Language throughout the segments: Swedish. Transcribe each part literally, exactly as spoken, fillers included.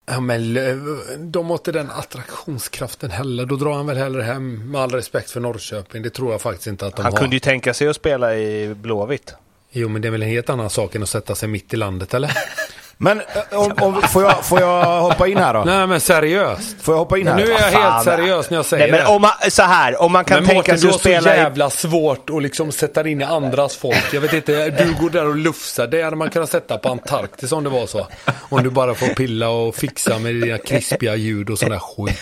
Ja, men de har inte den attraktionskraften heller. Då drar han väl hellre hem, med all respekt för Norrköping. Det tror jag faktiskt inte att de han har. Han kunde ju tänka sig att spela i Blåvitt. Jo, men det är väl en helt annan sak än att sätta sig mitt i landet, eller? Men om, om, får, jag, får jag hoppa in här då? Nej, men seriöst. Får jag hoppa in här? Nu är jag helt fan, seriös när jag säger nej, men det. Om man, så här, om man kan men tänka Mårten, sig att spela... Men det är så jävla svårt att liksom sätta in i andras folk. Jag vet inte, du går där och lufsar. Det hade man kunnat sätta på Antarktis om det var så. Om du bara får pilla och fixa med dina krispiga ljud och sån där skit.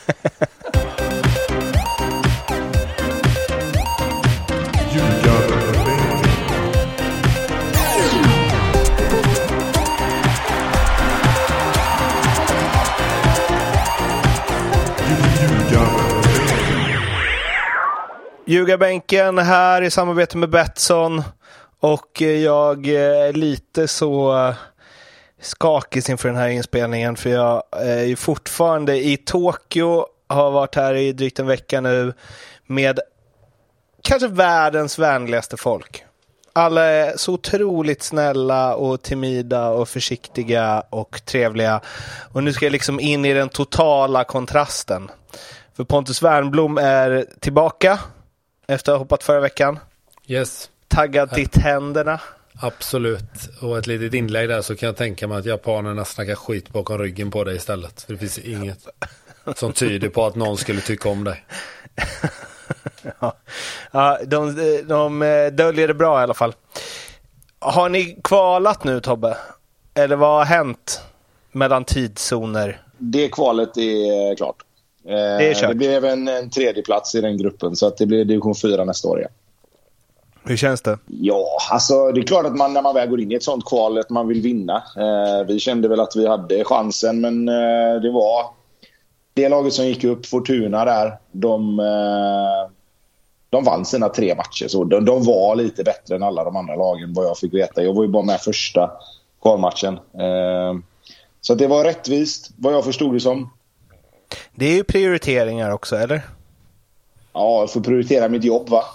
Ljugarbänken här i samarbete med Betsson, och jag är lite så skakig inför den här inspelningen, för jag är ju fortfarande i Tokyo, har varit här i drygt en vecka nu med kanske världens vänligaste folk. Alla är så otroligt snälla och timida och försiktiga och trevliga, och nu ska jag liksom in i den totala kontrasten. För Pontus Wernbloom är tillbaka efter att ha hoppat förra veckan. Yes. Taggad till tänderna. Absolut. Och ett litet inlägg där, så kan jag tänka mig att japanerna snackar skit bakom ryggen på dig istället. För det finns inget som tyder på att någon skulle tycka om dig. ja, ja de, de döljer det bra i alla fall. Har ni kvalat nu, Tobbe? Eller vad har hänt mellan tidszoner? Det kvalet är klart. Det är kört. Det blev en, en tredje plats i den gruppen, så att det blir division fyra nästa år igen. Hur känns det? Ja, alltså det är klart att man, när man väl går in i ett sånt kval, att man vill vinna. Eh, vi kände väl att vi hade chansen, men eh, det var det laget som gick upp, Fortuna där, de, eh, de vann sina tre matcher. Så de, de var lite bättre än alla de andra lagen, vad jag fick veta. Jag var ju bara med första kvalmatchen. Eh, så att det var rättvist, vad jag förstod det som. Det är ju prioriteringar också, eller? Ja, jag får prioritera mitt jobb, va?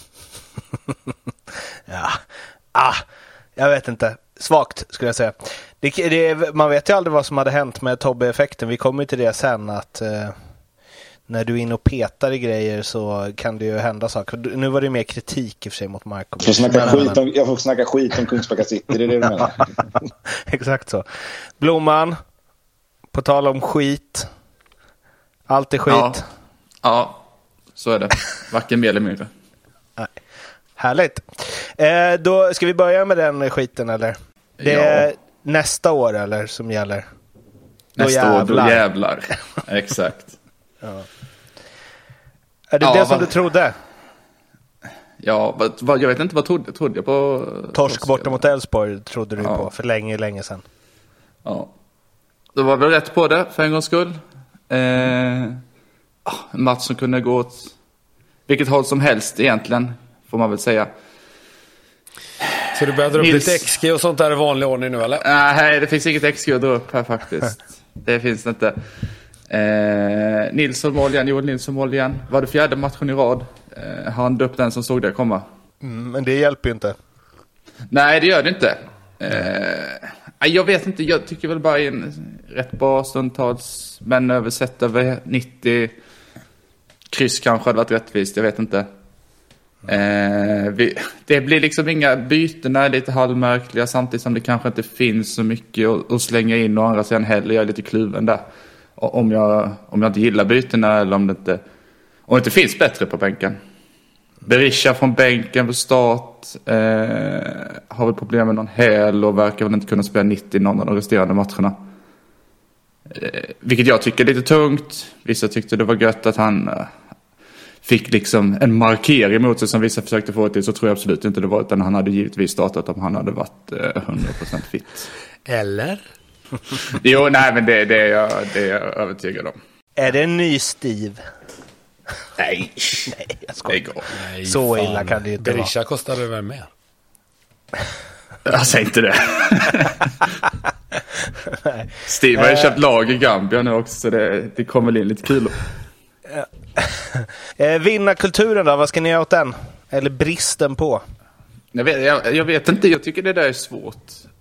ja, ah, jag vet inte. Svagt, skulle jag säga. Det, det, man vet ju aldrig vad som hade hänt med Tobbe-effekten. Vi kommer till det sen, att eh, när du är inne och petar i grejer så kan det ju hända saker. Nu var det mer kritik i och för sig mot Marco. Jag får snacka, skit om, jag får snacka skit om Kungsbacka City, det är det du menar. Exakt så. Blomman, på tal om skit. Allt är skit. Ja, ja, så är det. Varken mer eller mindre. Nej. Härligt. Eh, då ska vi börja med den skiten, eller? Det är ja. nästa år, eller, som gäller? Då nästa jävlar. år, då jävlar. Exakt. Ja. Är det ja, det som vad... du trodde? Ja, vad, vad, jag vet inte vad trodde, trodde jag på. Torsk borta mot Elfsborg trodde du ja. på för länge, länge sedan. Ja. Då var väl rätt på det, för en gångs skull. Eh, en match som kunde gå åt vilket håll som helst egentligen, får man väl säga. Så du börjar dra upp Nils... lite X G och sånt där i vanlig ordning nu, eller? Nej, det finns inget X G att dra upp här faktiskt. Det finns inte. Eh, Nilsson mål igen, Joel Nilsson mål igen. Var det fjärde matchen i rad. Eh, han döpt den som såg det komma. Mm, men det hjälper ju inte. Nej, det gör det inte. Eh, jag vet inte, jag tycker väl bara en rätt bra stundtals, men översett över nittio kryss kanske hade varit rättvist, jag vet inte. Eh, vi, det blir liksom inga byten, är lite halvmärkliga, samtidigt som det kanske inte finns så mycket att, att slänga in, och andra sidan heller, jag är lite kluven där. Om jag, om jag inte gillar bytena, eller om det inte, om det inte finns bättre på bänken. Berisha från bänken på start, eh, har väl problem med någon häl och verkar väl inte kunna spela nittio någon av de resterande matcherna. Eh, vilket jag tycker är lite tungt. Vissa tyckte det var gött att han eh, fick liksom en markering mot sig som vissa försökte få till, så tror jag absolut inte det var, utan han hade givetvis startat om han hade varit eh, hundra procent fit. Eller? Jo, nej, men det, det, är jag, det är jag övertygad om. Är det en ny Steve? Nej, nej, jag skojar. Nej, så fan. Illa kan det ju inte Berisha vara. kostade väl mer? Jag säger inte det. Steve har ju köpt lag i Gambia nu också, så det, det kommer in lite kul. eh, Vinnarkulturen då, vad ska ni göra åt den? Eller bristen på? Jag vet, jag, jag vet inte, jag tycker det där är svårt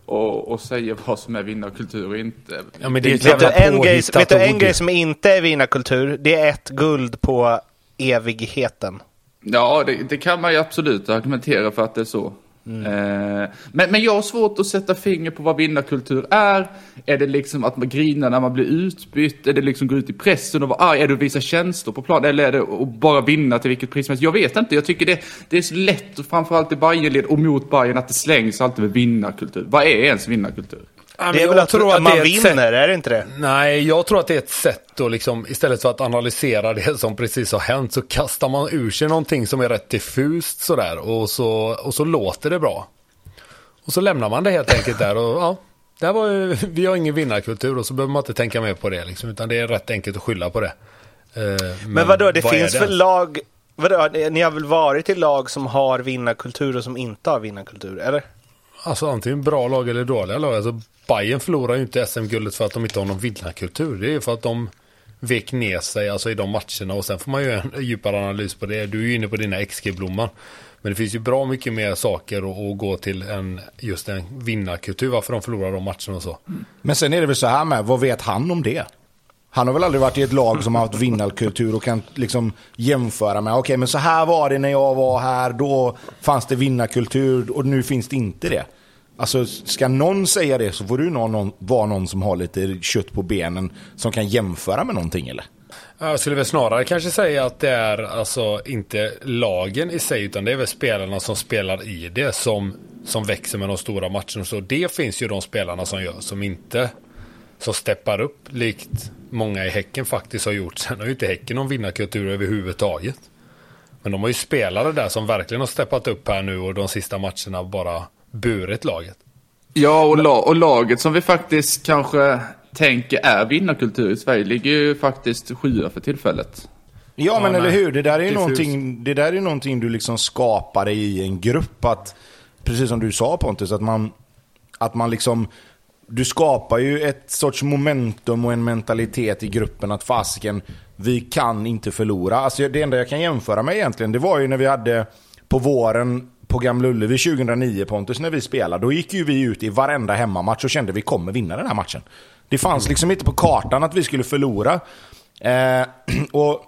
och, och säga vad som är vinnarkultur och inte. Ja, men det är ett Vet du jävla en, grej, påhittat vet du en ord. grej som inte är vinnarkultur? Det är ett guld på evigheten. Ja, det, det kan man ju absolut argumentera för att det är så. Mm. Eh, men, men jag har svårt att sätta finger på vad vinnarkultur är. Är det liksom att man grinar när man blir utbytt? Är det liksom gå ut i pressen och vara arg? Är det att visa känslor på plan? Eller är det att bara vinna till vilket pris som helst? Jag vet inte. Jag tycker det, det är så lätt, och framförallt i Bayernled och mot Bayern, att det slängs alltid med vinnarkultur. Vad är ens vinnarkultur? Ja, Det är jag väl att, tror att man det är ett vinner, sätt- är det inte det? Nej, jag tror att det är ett sätt att liksom, istället för att analysera det som precis har hänt, så kastar man ur sig någonting som är rätt diffust sådär, och så, och så låter det bra. Och så lämnar man det helt enkelt där, och ja, där var ju, vi har ingen vinnarkultur, och så behöver man inte tänka mer på det liksom, utan det är rätt enkelt att skylla på det. Eh, men, Men vadå, det vad är finns det väl ens? lag... Vadå, ni har väl varit i lag som har vinnarkultur och som inte har vinnarkultur, eller? Alltså antingen bra lag eller dåliga lag. Alltså Bayern förlorar ju inte S M-guldet för att de inte har någon vinnarkultur. Det är ju för att de vek ner sig alltså i de matcherna, och sen får man ju en djupare analys på det. Du är ju inne på dina X G-blomman. Men det finns ju bra mycket mer saker att, att gå till än just en vinnarkultur, varför de förlorar de matcherna och så. Men sen är det väl så här med, vad vet han om det? Han har väl aldrig varit i ett lag som har haft vinnarkultur och kan liksom jämföra med, okej, okay, men så här var det när jag var här, då fanns det vinnarkultur och nu finns det inte det. Alltså, ska någon säga det, så får du någon, någon, vara någon som har lite kött på benen som kan jämföra med någonting, eller? Jag skulle väl snarare kanske säga att det är alltså inte lagen i sig, utan det är väl spelarna som spelar i det som, som växer med de stora matcherna. Så det finns ju de spelarna som gör, som inte som steppar upp likt många i Häcken faktiskt har gjort. Sen har ju inte Häcken någon vinnarkultur överhuvudtaget. Men de har ju spelare där som verkligen har steppat upp här nu, och de sista matcherna bara burit laget. Ja, och, la- och laget som vi faktiskt kanske tänker är vinnarkultur i Sverige ligger ju faktiskt sjua för tillfället. Ja, men Ja, eller nej. hur? Det där är ju Diffus. någonting, det där är ju någonting du liksom skapar i en grupp, att precis som du sa, Pontus, att man att man liksom, du skapar ju ett sorts momentum och en mentalitet i gruppen att fasiken, vi kan inte förlora. Alltså det enda jag kan jämföra med egentligen, det var ju när vi hade på våren på Gamla Ullevi tjugohundranio, Pontus, när vi spelade, då gick ju vi ut i varenda hemmamatch och kände vi kommer vinna den här matchen. Det fanns liksom inte på kartan att vi skulle förlora. Eh, och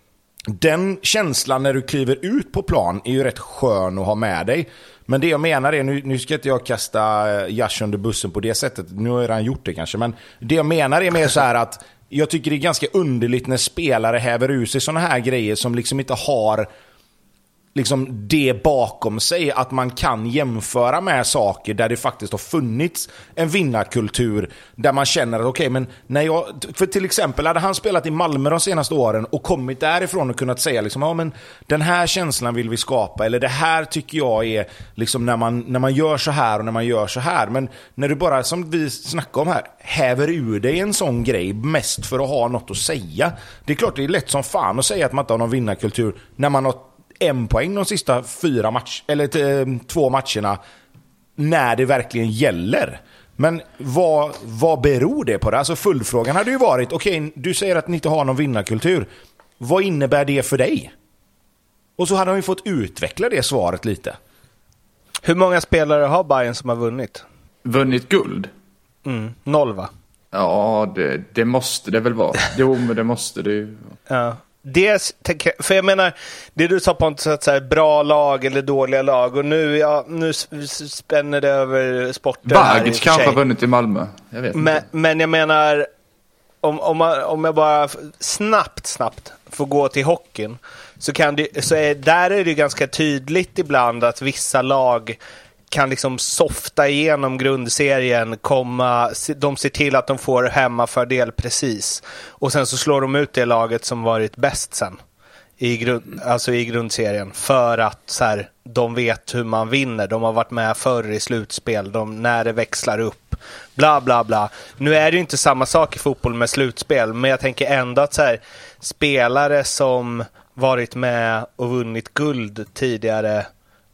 den känslan när du kliver ut på plan är ju rätt skön att ha med dig. Men det jag menar är, nu, nu ska inte jag kasta Jash under bussen på det sättet, nu har jag redan gjort det kanske, men det jag menar är mer så här att jag tycker det är ganska underligt när spelare häver ur sig såna här grejer som liksom inte har liksom det bakom sig, att man kan jämföra med saker där det faktiskt har funnits en vinnarkultur, där man känner att okej, okay, men när jag, för till exempel hade han spelat i Malmö de senaste åren och kommit därifrån och kunnat säga liksom, ja men den här känslan vill vi skapa, eller det här tycker jag är liksom när man, när man gör så här och när man gör så här, men när du bara, som vi snackar om här, häver ur dig en sån grej mest för att ha något att säga, det är klart det är lätt som fan att säga att man inte har någon vinnarkultur när man har en poäng de sista fyra match eller t- två matcherna när det verkligen gäller. Men vad, vad beror det på det? Alltså fullfrågan hade ju varit, okej, okay, du säger att ni inte har någon vinnarkultur. Vad innebär det för dig? Och så hade de ju fått utveckla det svaret lite. Hur många spelare har Bayern som har vunnit? Vunnit guld? Mm, noll va? Ja, det, det måste det väl vara. Jo, men det måste det ju. Ja. Det, för jag menar, det du sa på ett sätt så här, bra lag eller dåliga lag, och nu, ja, nu spänner det över sporten. Bagic kanske har vunnit i Malmö. Jag vet men, inte. men jag menar, om, om, man, om jag bara snabbt, snabbt får gå till hockeyn, så, kan det, så är, där är det ganska tydligt ibland att vissa lag kan liksom softa igenom grundserien, komma, de ser till att de får hemmafördel precis, och sen så slår de ut det laget som varit bäst sen i, grund, alltså i grundserien, för att så här, de vet hur man vinner, de har varit med förr i slutspel, de, när det växlar upp, bla bla bla. Nu är det ju inte samma sak i fotboll med slutspel, men jag tänker ändå att så här, spelare som varit med och vunnit guld tidigare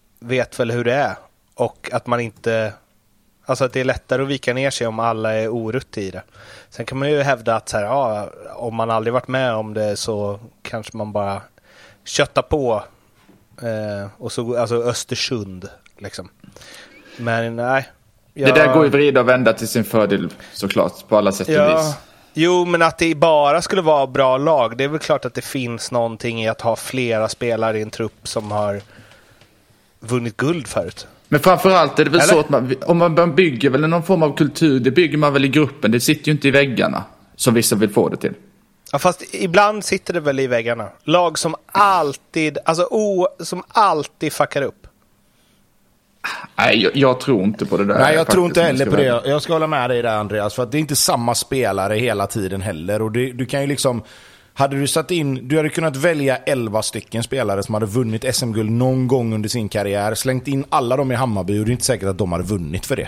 vet väl hur det är. Och att man inte, alltså att det är lättare att vika ner sig om alla är orutt i det. Sen kan man ju hävda att så här, ja, om man aldrig varit med om det så kanske man bara köttar på. Eh, och så, alltså Östersund liksom. Men nej, Ja. Det där går ju vrida och vända till sin fördel såklart på alla sätt och Ja. vis. Jo, men att det bara skulle vara bra lag, det är väl klart att det finns någonting i att ha flera spelare i en trupp som har vunnit guld förut. Men framförallt är det väl Eller? så att man, om man bygger väl någon form av kultur, det bygger man väl i gruppen, det sitter ju inte i väggarna som vissa vill få det till. Ja, fast ibland sitter det väl i väggarna. Lag som alltid, alltså o, som alltid fuckar upp. Nej, jag, jag tror inte på det där. Nej, jag faktiskt, tror inte om jag heller ska på det. vara- Jag ska hålla med dig där, Andreas, för att det är inte samma spelare hela tiden heller. Och det, du kan ju liksom, hade du satt in, du hade kunnat välja elva stycken spelare som hade vunnit S M-guld någon gång under sin karriär, slängt in alla dem i Hammarby, och det är inte säkert att de hade vunnit för det.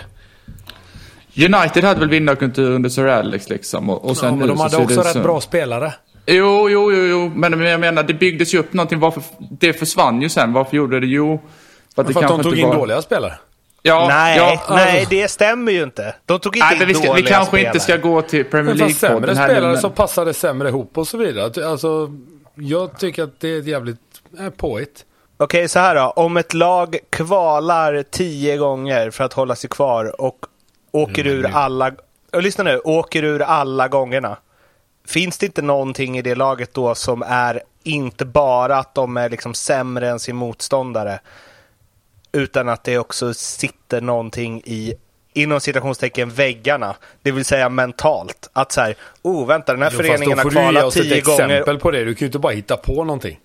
United hade väl vinnarkultur under Sir Alex liksom. Och, och sen Ja, men nu de så hade ser också det rätt så- bra spelare. Jo, jo, jo, jo. Men jag menar, det byggdes ju upp någonting. Varför, det försvann ju sen. Varför gjorde det? Jo, för att det För att de kanske tog inte in var... dåliga spelare. Ja, nej, ja, nej, alltså- det stämmer ju inte. De tog inte Nej, men vi, ska, vi dåliga kanske spelare. inte ska gå till Premier Men fast sämre League-podden här nu, spelare men... som passade sämre ihop och så vidare. Alltså, jag tycker att det är ett jävligt äh, påhitt. Okej, så här då. Om ett lag kvalar tio gånger för att hålla sig kvar och åker ur alla... Och lyssna nu, åker ur alla gångerna. Finns det inte någonting i det laget då som är inte bara att de är liksom sämre än sin motståndare, utan att det också sitter någonting i, inom citationstecken, väggarna, det vill säga mentalt, att så här, oh vänta, den här Jo, föreningen fast då har får du ge kvalat oss ett tio exempel gånger. på det. Du kan ju inte bara hitta på någonting.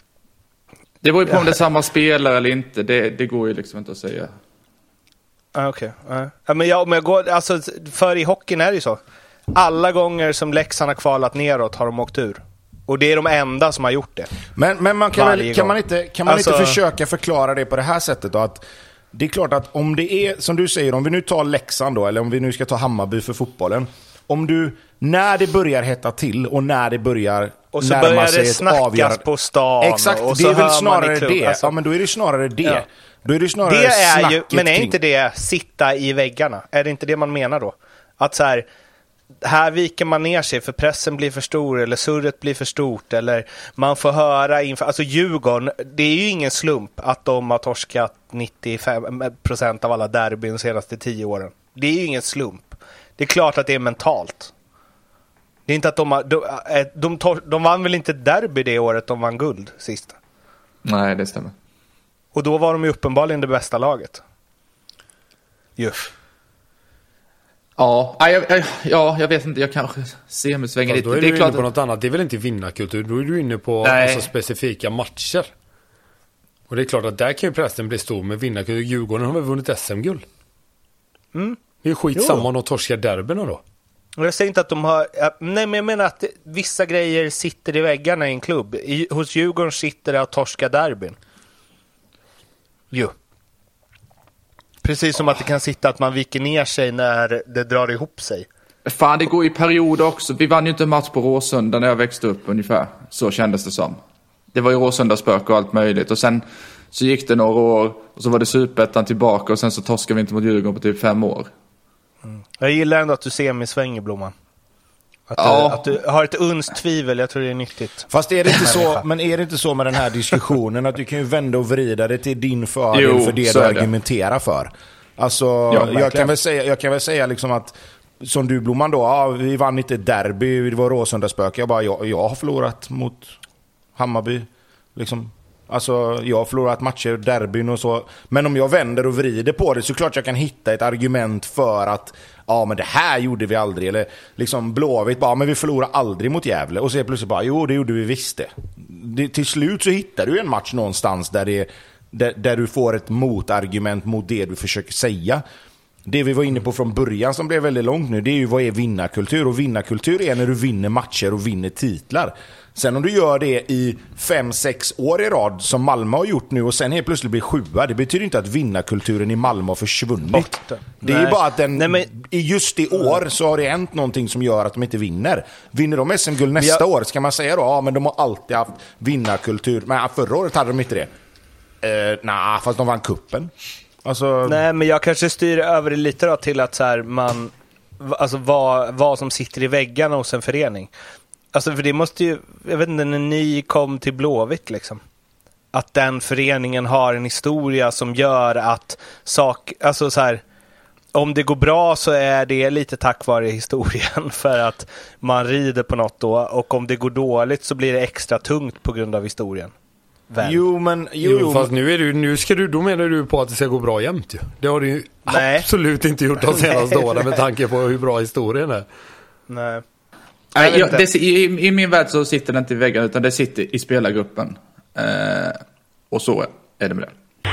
Det beror ju på om det är samma spelare eller inte. Det, det går ju liksom inte att säga. Ah, Okej. Okay. Ja, men jag, om jag går, alltså, för i hockeyn är det ju så. Alla gånger som Leksand har kvalat neråt har de åkt ur. Och det är de enda som har gjort det. Men, men man kan, Varje väl, kan gång. man, inte, kan man Alltså- inte försöka förklara det på det här sättet då? Att det är klart att om det är, som du säger, om vi nu tar Leksand då, eller om vi nu ska ta Hammarby för fotbollen. Om du, när det börjar hetta till och när det börjar Och så närma börjar sig det ett snackas avgörande- på stan. Exakt, och det så är hör väl man snarare i klubb, det. alltså. Ja, men då är det snarare det. Ja. Då är det snarare Det är ju, snacket men är kring- inte det sitta i väggarna? Är det inte det man menar då? Att så här, här viker man ner sig för pressen blir för stor eller surret blir för stort eller man får höra inför, alltså Djurgården, det är ju ingen slump att de har torskat nittiofem procent av alla derbyn de senaste tio åren. Det är ju ingen slump. Det är klart att det är mentalt. Det är inte att de har, de, de, de, de vann väl inte derby det året de vann guld sist. Nej, det stämmer. Och då var de ju uppenbarligen det bästa laget. Ju. Ja, ja, jag, ja, jag vet inte. Jag kanske ser mig svänga Fast lite. då är Det du är inne klart på att... något annat. Det är väl inte vinnarkultur. Då är du inne på Nej. alltså, specifika matcher. Och det är klart att där kan ju pressen bli stor med vinnarkultur. Djurgården har väl vunnit S M-guld. Mm. Det är ju skitsamma Jo. om de torskar derbyna då. Och jag säger inte att de har... ja, Nej, men jag menar att det, vissa grejer sitter i väggarna i en klubb. I, hos Djurgården sitter det att torska derbyn. Jo. Precis som att det kan sitta att man viker ner sig när det drar ihop sig. Fan, det går i perioder också. Vi vann ju inte en match på Råsunda när jag växte upp ungefär. Så kändes det som. Det var ju Råsundaspök och allt möjligt. Och sen så gick det några år och så var det Superettan tillbaka och sen så torskade vi inte mot Djurgården på typ fem år. Jag gillar ändå att du ser mig sväng i Blomman. Att, Ja. du, att du har ett uns tvivel, jag tror det är nyttigt. Fast är det inte så, men är det inte så med den här diskussionen att du kan ju vända och vrida det till din fördel Jo, för det så du är det. argumenterar för? Alltså, jag, verkligen. kan väl säga, jag kan väl säga liksom att, som du Blomman då, ja, vi vann inte derby, det var Råsundaspöke. Jag bara, jag, jag har förlorat mot Hammarby. Liksom. Alltså, jag har förlorat matcher, derbyn och så. Men om jag vänder och vrider på det så klart jag kan hitta ett argument för att ja, men det här gjorde vi aldrig. Eller liksom Blåvitt bara, men vi förlorar aldrig mot Gävle. Och så är plötsligt bara, jo det gjorde vi visst det. det till slut så hittar du en match någonstans där, det, där, där du får ett motargument mot det du försöker säga. Det vi var inne på från början som blev väldigt långt nu, det är ju vad är vinnarkultur? Och vinnarkultur är när du vinner matcher och vinner titlar. Sen om du gör det i fem, sex år i rad som Malmö har gjort nu och sen helt plötsligt blir sjua, det betyder inte att vinnarkulturen i Malmö har försvunnit. Borta. Nej. Det är ju bara att den, Nej, men- i just i år så har det hänt någonting som gör att de inte vinner. Vinner de S M-guld nästa jag- år ska man säga då, ja men de har alltid haft vinnarkultur. Men förra året hade de inte det. Eh, nej, fast de vann kuppen. Alltså, Nej, men jag kanske styr över det lite då till att så här, man, alltså vad, vad som sitter i väggarna hos en förening. Alltså för det måste ju, jag vet inte, när ni kom till Blåvitt liksom, att den föreningen har en historia som gör att sak, alltså så här, om det går bra så är det lite tack vare historien för att man rider på något då, och om det går dåligt så blir det extra tungt på grund av historien. Väl. Jo, men... Jo, jo, fast nu, är du, nu ska du, då menar du på att det ska gå bra jämt ju. Det har du ju Nej. absolut inte gjort de senaste åren med tanke på hur bra historien är. Nej. Nej, jag jag, det, i, I min värld så sitter det inte i väggen utan det sitter i spelargruppen. Eh, och så är det med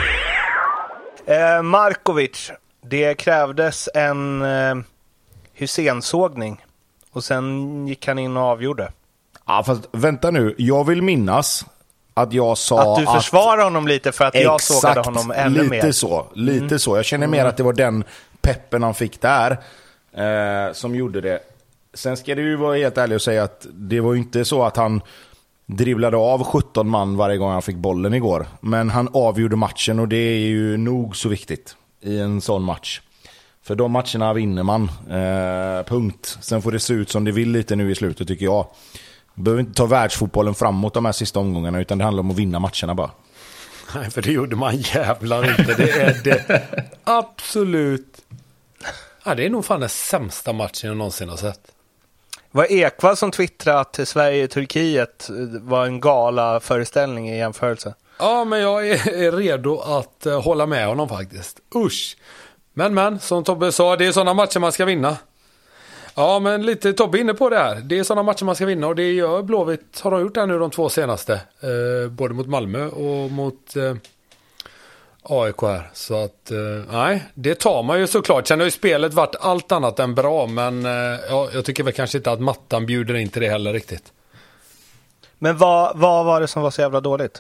det. Eh, Markovic, det krävdes en eh, Hussein-sågning och sen gick han in och avgjorde. Ja, fast vänta nu. Jag vill minnas att jag sa att du försvarar honom lite för att jag sågade honom ännu lite mer. Lite så, lite mm. så. Jag känner mer att det var den peppen han fick där eh, som gjorde det. Sen ska det ju vara helt ärlig och säga att det var ju inte så att han dribblade av sjutton man varje gång han fick bollen igår. Men han avgjorde matchen och det är ju nog så viktigt i en sån match. För de matcherna vinner man. Eh, punkt. Sen får det se ut som det vill lite nu i slutet tycker jag. Behöver inte ta världsfotbollen framåt de här sista omgångarna utan det handlar om att vinna matcherna bara. Nej, för det gjorde man jävlar inte. Det är det absolut... Ja, det är nog fan den sämsta matchen jag någonsin har sett. Var Ekvall som twittrade att Sverige-Turkiet var en gala föreställning i jämförelse? Ja, men jag är, är redo att uh, hålla med honom faktiskt. Usch. Men, men, som Tobbe sa, det är sådana matcher man ska vinna. Ja, men lite Tobbe inne på det här. Det är sådana matcher man ska vinna och det gör Blåvitt, har de gjort det nu de två senaste. Uh, både mot Malmö och mot uh, A I K här. Så att, uh, nej, det tar man ju såklart. Sen har ju spelet varit allt annat än bra, men uh, ja, jag tycker väl kanske inte att mattan bjuder in till det heller riktigt. Men vad, vad var det som var så jävla dåligt?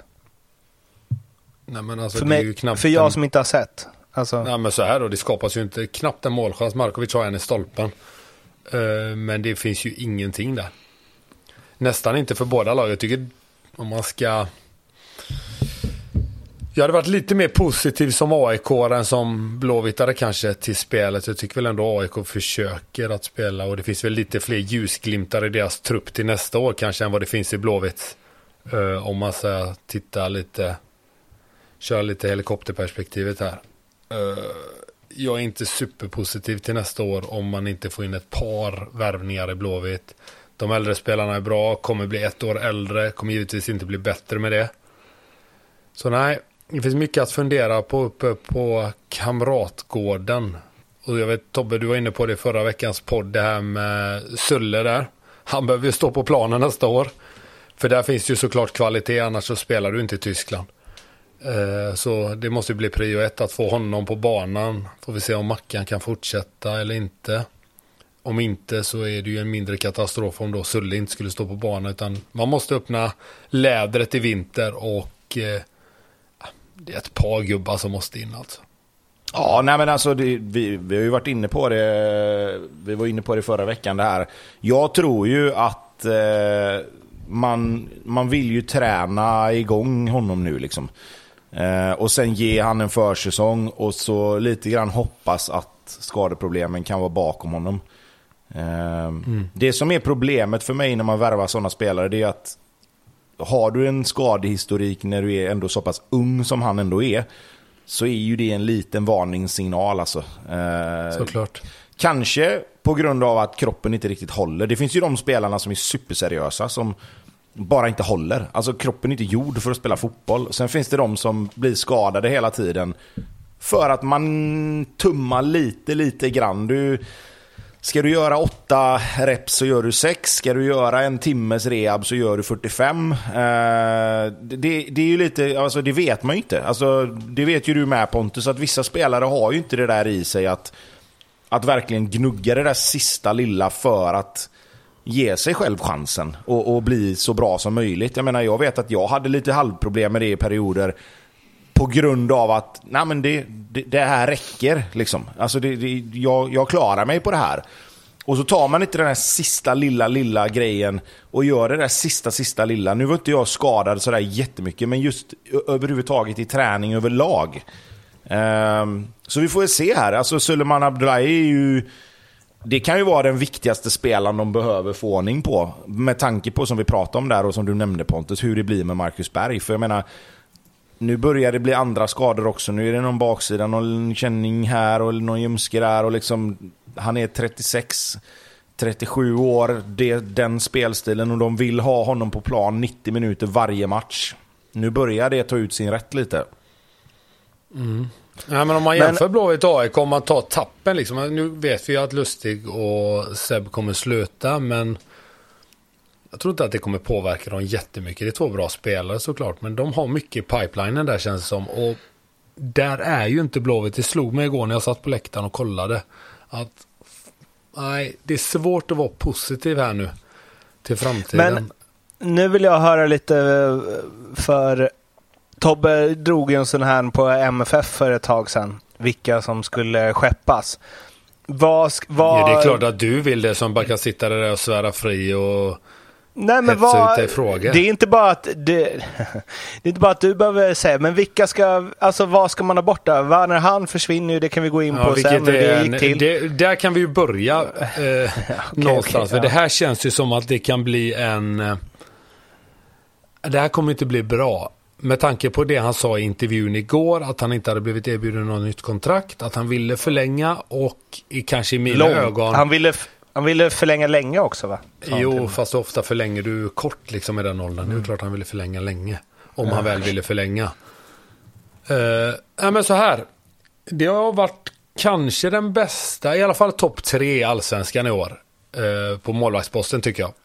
Nej, men alltså, för, det mig, är ju knappt för jag en... som inte har sett. Alltså... Nej, men så här då, det skapas ju inte knappt en målchans. Markovic har en i stolpen. Uh, men det finns ju ingenting där. Nästan inte för båda lag. Jag tycker om man ska... Jag hade varit lite mer positiv som A I K än som Blåvittare kanske till spelet. Jag tycker väl ändå A I K försöker att spela och det finns väl lite fler ljusglimtar i deras trupp till nästa år kanske än vad det finns i Blåvitt. Uh, om man ska titta lite, köra lite helikopterperspektivet här. Uh, jag är inte superpositiv till nästa år om man inte får in ett par värvningar i Blåvitt. De äldre spelarna är bra, kommer bli ett år äldre, kommer givetvis inte bli bättre med det. Så nej, det finns mycket att fundera på uppe på Kamratgården. Och jag vet, Tobbe, du var inne på det förra veckans podd, det här med Sulle där. Han behöver ju stå på planen nästa år. För där finns ju såklart kvalitet, annars så spelar du inte i Tyskland. Eh, så det måste bli prio ett att få honom på banan. Får vi se om Mackan kan fortsätta eller inte. Om inte så är det ju en mindre katastrof om då Sulle inte skulle stå på banan. Utan man måste öppna lädret i vinter och eh, det är ett par gubbar som måste in alltså. Ja, nej men alltså det, vi, vi har ju varit inne på det. Vi var inne på det förra veckan det här. Jag tror ju att eh, man, man vill ju träna igång honom nu liksom. Eh, och sen ge han en försäsong och så lite grann hoppas att skadeproblemen kan vara bakom honom. Eh, mm. Det som är problemet för mig när man värvar sådana spelare, det är att har du en skadehistorik när du är ändå så pass ung som han ändå är, så är ju det en liten varningssignal alltså. Eh, Såklart. Kanske på grund av att kroppen inte riktigt håller. Det finns ju de spelarna som är superseriösa som bara inte håller. Alltså kroppen är inte gjord för att spela fotboll. Sen finns det de som blir skadade hela tiden för att man tummar lite, lite grann. Du, ska du göra åtta reps så gör du sex. Ska du göra en timmes rehab så gör du fyrtiofem. Eh, det, det är ju lite, alltså det vet man ju inte. Alltså det vet ju du med, Pontus, att vissa spelare har ju inte det där i sig att, att verkligen gnugga det där sista lilla för att ge sig själv chansen och, och bli så bra som möjligt. Jag menar, jag vet att jag hade lite halvproblem med det i perioder på grund av att nej men det, det, det här räcker liksom. Alltså det, det, jag, jag klarar mig på det här. Och så tar man inte den här sista lilla lilla grejen och gör det där sista sista lilla. Nu var inte jag skadad sådär jättemycket, men just överhuvudtaget i träning överlag. Um, så vi får ju se här. Alltså Suleiman Abdullahi är ju, det kan ju vara den viktigaste spelaren de behöver få ordning på, med tanke på som vi pratade om där och som du nämnde, Pontus, hur det blir med Marcus Berg. För jag menar, nu börjar det bli andra skador också. Nu är det någon baksida, någon känning här och någon ljumske där. Och liksom, han är trettiosex trettiosju år, det, den spelstilen, och de vill ha honom på plan nittio minuter varje match. Nu börjar det ta ut sin rätt lite. Mm. Ja, men om man jämför men... Blåvitt A I K, om man tar tappen liksom, nu vet vi att Lustig och Seb kommer sluta, men jag tror inte att det kommer påverka dem jättemycket. Det är två bra spelare såklart, men de har mycket i pipelinen där, känns det som. Och där är ju inte Blåvitt. Det slog mig igår när jag satt på läktaren och kollade att nej, det är svårt att vara positiv här nu till framtiden. Men nu vill jag höra lite, för Tobbe drog ju en sån här på M F F för ett tag sedan, vilka som skulle skeppas. Vad, vad... Ja, det är klart att du vill det, som bara kan sitta där och svära fri och nej, men vad, det är inte bara att det, det är inte bara att du behöver säga, men vilka ska, alltså vad ska man ha borta? Werner Hahn försvinner ju, det kan vi gå in ja, på sen. Det är, det gick till. Det, där kan vi ju börja eh, okay, någonstans, okay, för ja. Det här känns ju som att det kan bli en eh, det här kommer inte bli bra. Med tanke på det han sa i intervjun igår, att han inte hade blivit erbjuden något nytt kontrakt, att han ville förlänga och i, kanske i mina Lång. ögon... Han ville, han ville förlänga länge också, va? Jo, fast ofta förlänger du kort liksom i den åldern. Mm. Det är klart han ville förlänga länge, om mm. han väl ville förlänga. Uh, ja, men så här. Det har varit kanske den bästa, i alla fall topp tre i Allsvenskan i år. Uh, på målvaktsposten tycker jag.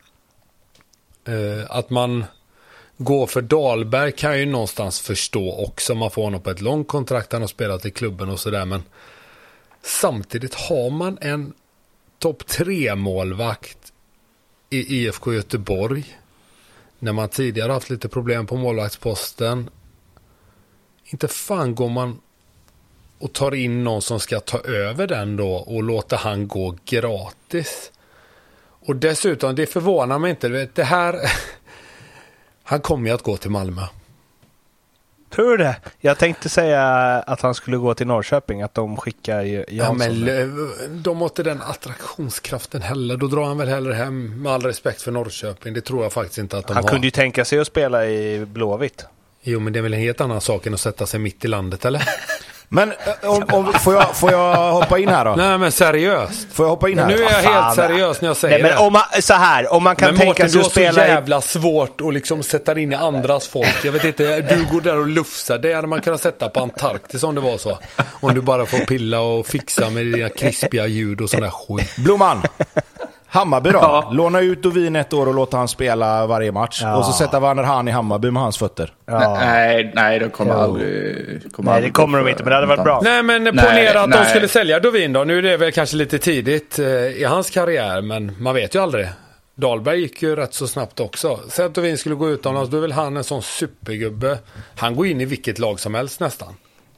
Uh, att man... Gå för Dahlberg kan ju någonstans förstå också. Man får honom på ett långt kontrakt, han har spelat i klubben och sådär. Men samtidigt har man en topp tre målvakt i I F K Göteborg. När man tidigare haft lite problem på målvaktsposten. Inte fan går man och tar in någon som ska ta över den då och låta han gå gratis. Och dessutom, det förvånar mig inte. Det här... Han kommer ju att gå till Malmö. Tror du det? Jag tänkte säga att han skulle gå till Norrköping, att de skickar Jansson. Ja, men de måste den attraktionskraften heller. Då drar han väl hellre hem, med all respekt för Norrköping. Det tror jag faktiskt inte att de han har. Han kunde ju tänka sig att spela i Blåvitt. Jo, men det är väl en helt annan sak än att sätta sig mitt i landet, eller? Men om, om, får, jag, får jag hoppa in här då? Nej, men seriöst. Får jag hoppa in här? Nu är jag ah, helt seriös när jag säger nej, men om man, så här, om man kan men tänka sig att spela... Men så jävla svårt att liksom sätta in i andras folk. Jag vet inte, du går där och lufsar. Det hade man kunnat sätta på Antarktis om det var så. Om du bara får pilla och fixa med dina krispiga ljud och sådär skit. Blomman! Hammarby då? Ja. Låna ut Dovin ett år och låta han spela varje match. Ja. Och så sätta Werner Hahn i Hammarby med hans fötter. Ja. Nej, nej, det kommer jo. aldrig... Kommer nej, aldrig det kommer de inte, men det hade varit bra. Nej, men ponera att nej. de skulle sälja Dovin då. Nu är det väl kanske lite tidigt eh, i hans karriär, men man vet ju aldrig. Dahlberg gick ju rätt så snabbt också. Säg att Dovin skulle gå utomlands, då är väl han en sån supergubbe. Han går in i vilket lag som helst nästan.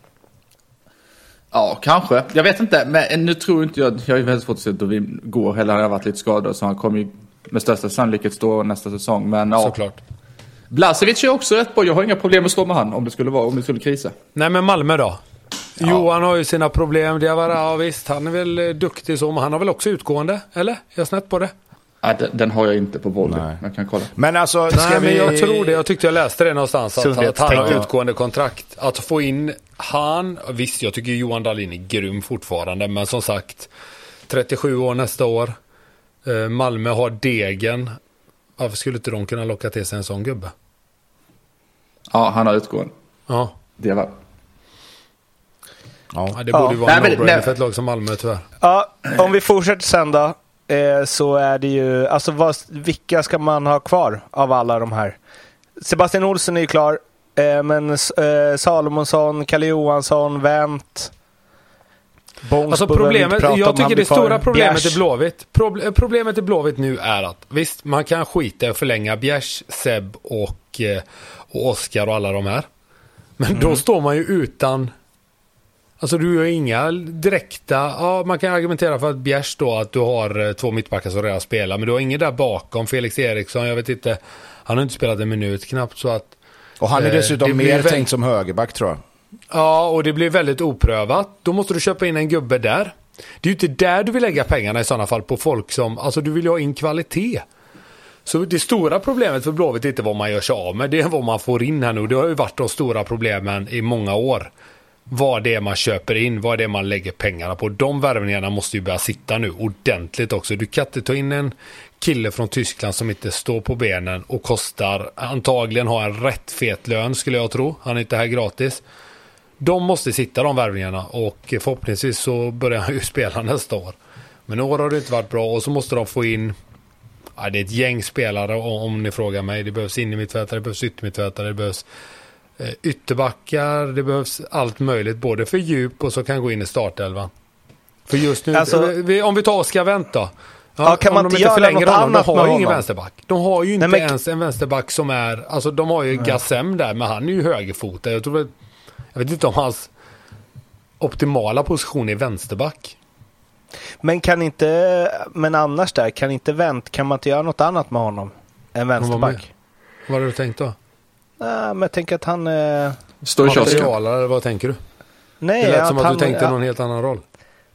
Ja, kanske. Jag vet inte, men nu tror inte jag... Jag har ju väldigt svårt att se att Dovin går, eller har varit lite skadad, så han kommer ju med största sannolikhet stå nästa säsong. Men ja, såklart. Blasevic är också rätt på. Jag har inga problem att stå med han om det skulle vara, om det skulle krisa. Nej, men Malmö då? Ja. Johan har ju sina problem. Det var, ja, visst, han är väl duktig så, men han har väl också utgående, eller? Jag är snett på det. Ja, den, den har jag inte på volley. Jag kan kolla. Men alltså, ska Nej, vi... men jag tror det. Jag tyckte jag läste det någonstans. Att, att han har utgående kontrakt. Att få in han... Visst, jag tycker Johan Dahlin är grym fortfarande. Men som sagt, trettiosju år nästa år. Malmö har degen. Varför skulle inte de kunna locka till sig en sån gubbe? Ja, han har utgående. Ja. Det var... Ja, det borde ju vara en no-brainer för ett lag som Malmö, tyvärr. Ja, om vi fortsätter sen då. Så är det ju, alltså vad, vilka ska man ha kvar av alla de här? Sebastian Olsson är ju klar, eh, men eh, Salomonsson, Kalle Johansson, Wendt, Bångsbo, alltså problemet, jag tycker det stora problemet i Blåvitt Pro- Problemet i Blåvitt nu är att visst, man kan skita och förlänga Bjärs, Seb och, eh, och Oskar och alla de här. Men mm. då står man ju utan. Alltså du har inga direkta... Ja, man kan argumentera för att Bjärs då, att du har två mittbackar som redan spelar, men du har ingen där bakom. Felix Eriksson, jag vet inte, han har inte spelat en minut knappt, så att... Och han är dessutom eh, mer väldigt, tänkt som högerback, tror jag. Ja, och det blir väldigt oprövat. Då måste du köpa in en gubbe där. Det är ju inte där du vill lägga pengarna i sådana fall, på folk som... Alltså du vill ju ha in kvalitet. Så det stora problemet för Blåvitt är inte vad man gör sig av med, det är vad man får in här nu. Det har ju varit de stora problemen i många år. Vad det är man köper in, vad det är man lägger pengarna på. De värvningarna måste ju börja sitta nu ordentligt också. Du kan inte ta in en kille från Tyskland som inte står på benen och kostar, antagligen har en rätt fet lön skulle jag tro. Han är inte här gratis. De måste sitta, de värvningarna, och förhoppningsvis så börjar han ju spela nästa år. Men i år har det inte varit bra, och så måste de få in, ja, det är ett gäng spelare om ni frågar mig. Det behövs in i mittfältare, det behövs yttermittfältare, det behövs eh, ytterbackar, det behövs allt möjligt, både för djup och så kan gå in i startelvan. För just nu, alltså, vi, om vi tar Oskar Wendt då. Ja, ja, kan man om inte de inte göra något honom, annat de har med ju ingen honom? vänsterback. De har ju inte Nej, men... ens en vänsterback som är, alltså de har ju Gassem där, men han är ju högerfotad. Jag tror, jag vet inte om hans optimala position är vänsterback. Men kan inte, men annars där, kan inte Wendt, kan man inte göra något annat med honom än vänsterback? Vad har du tänkt då? Nej, men jag tänker att han... Eh... Står i kiosken. Eller vad tänker du? Nej, det lät att som att han, du tänkte ja, någon helt annan roll.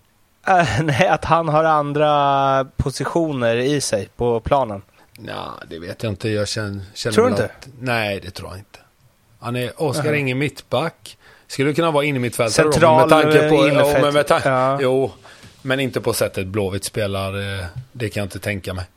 Äh, nej, att han har andra positioner i sig på planen. Ja, det vet jag inte. Jag känner, känner tror du inte? Att, nej, det tror jag inte. Han är Oskar Inge mittback. Skulle kunna vara inne i mittfältare central då, med tanke på innerfält. ja, med ta- ja. Jo, men inte på sättet Blåvitt spelar. Det kan jag inte tänka mig.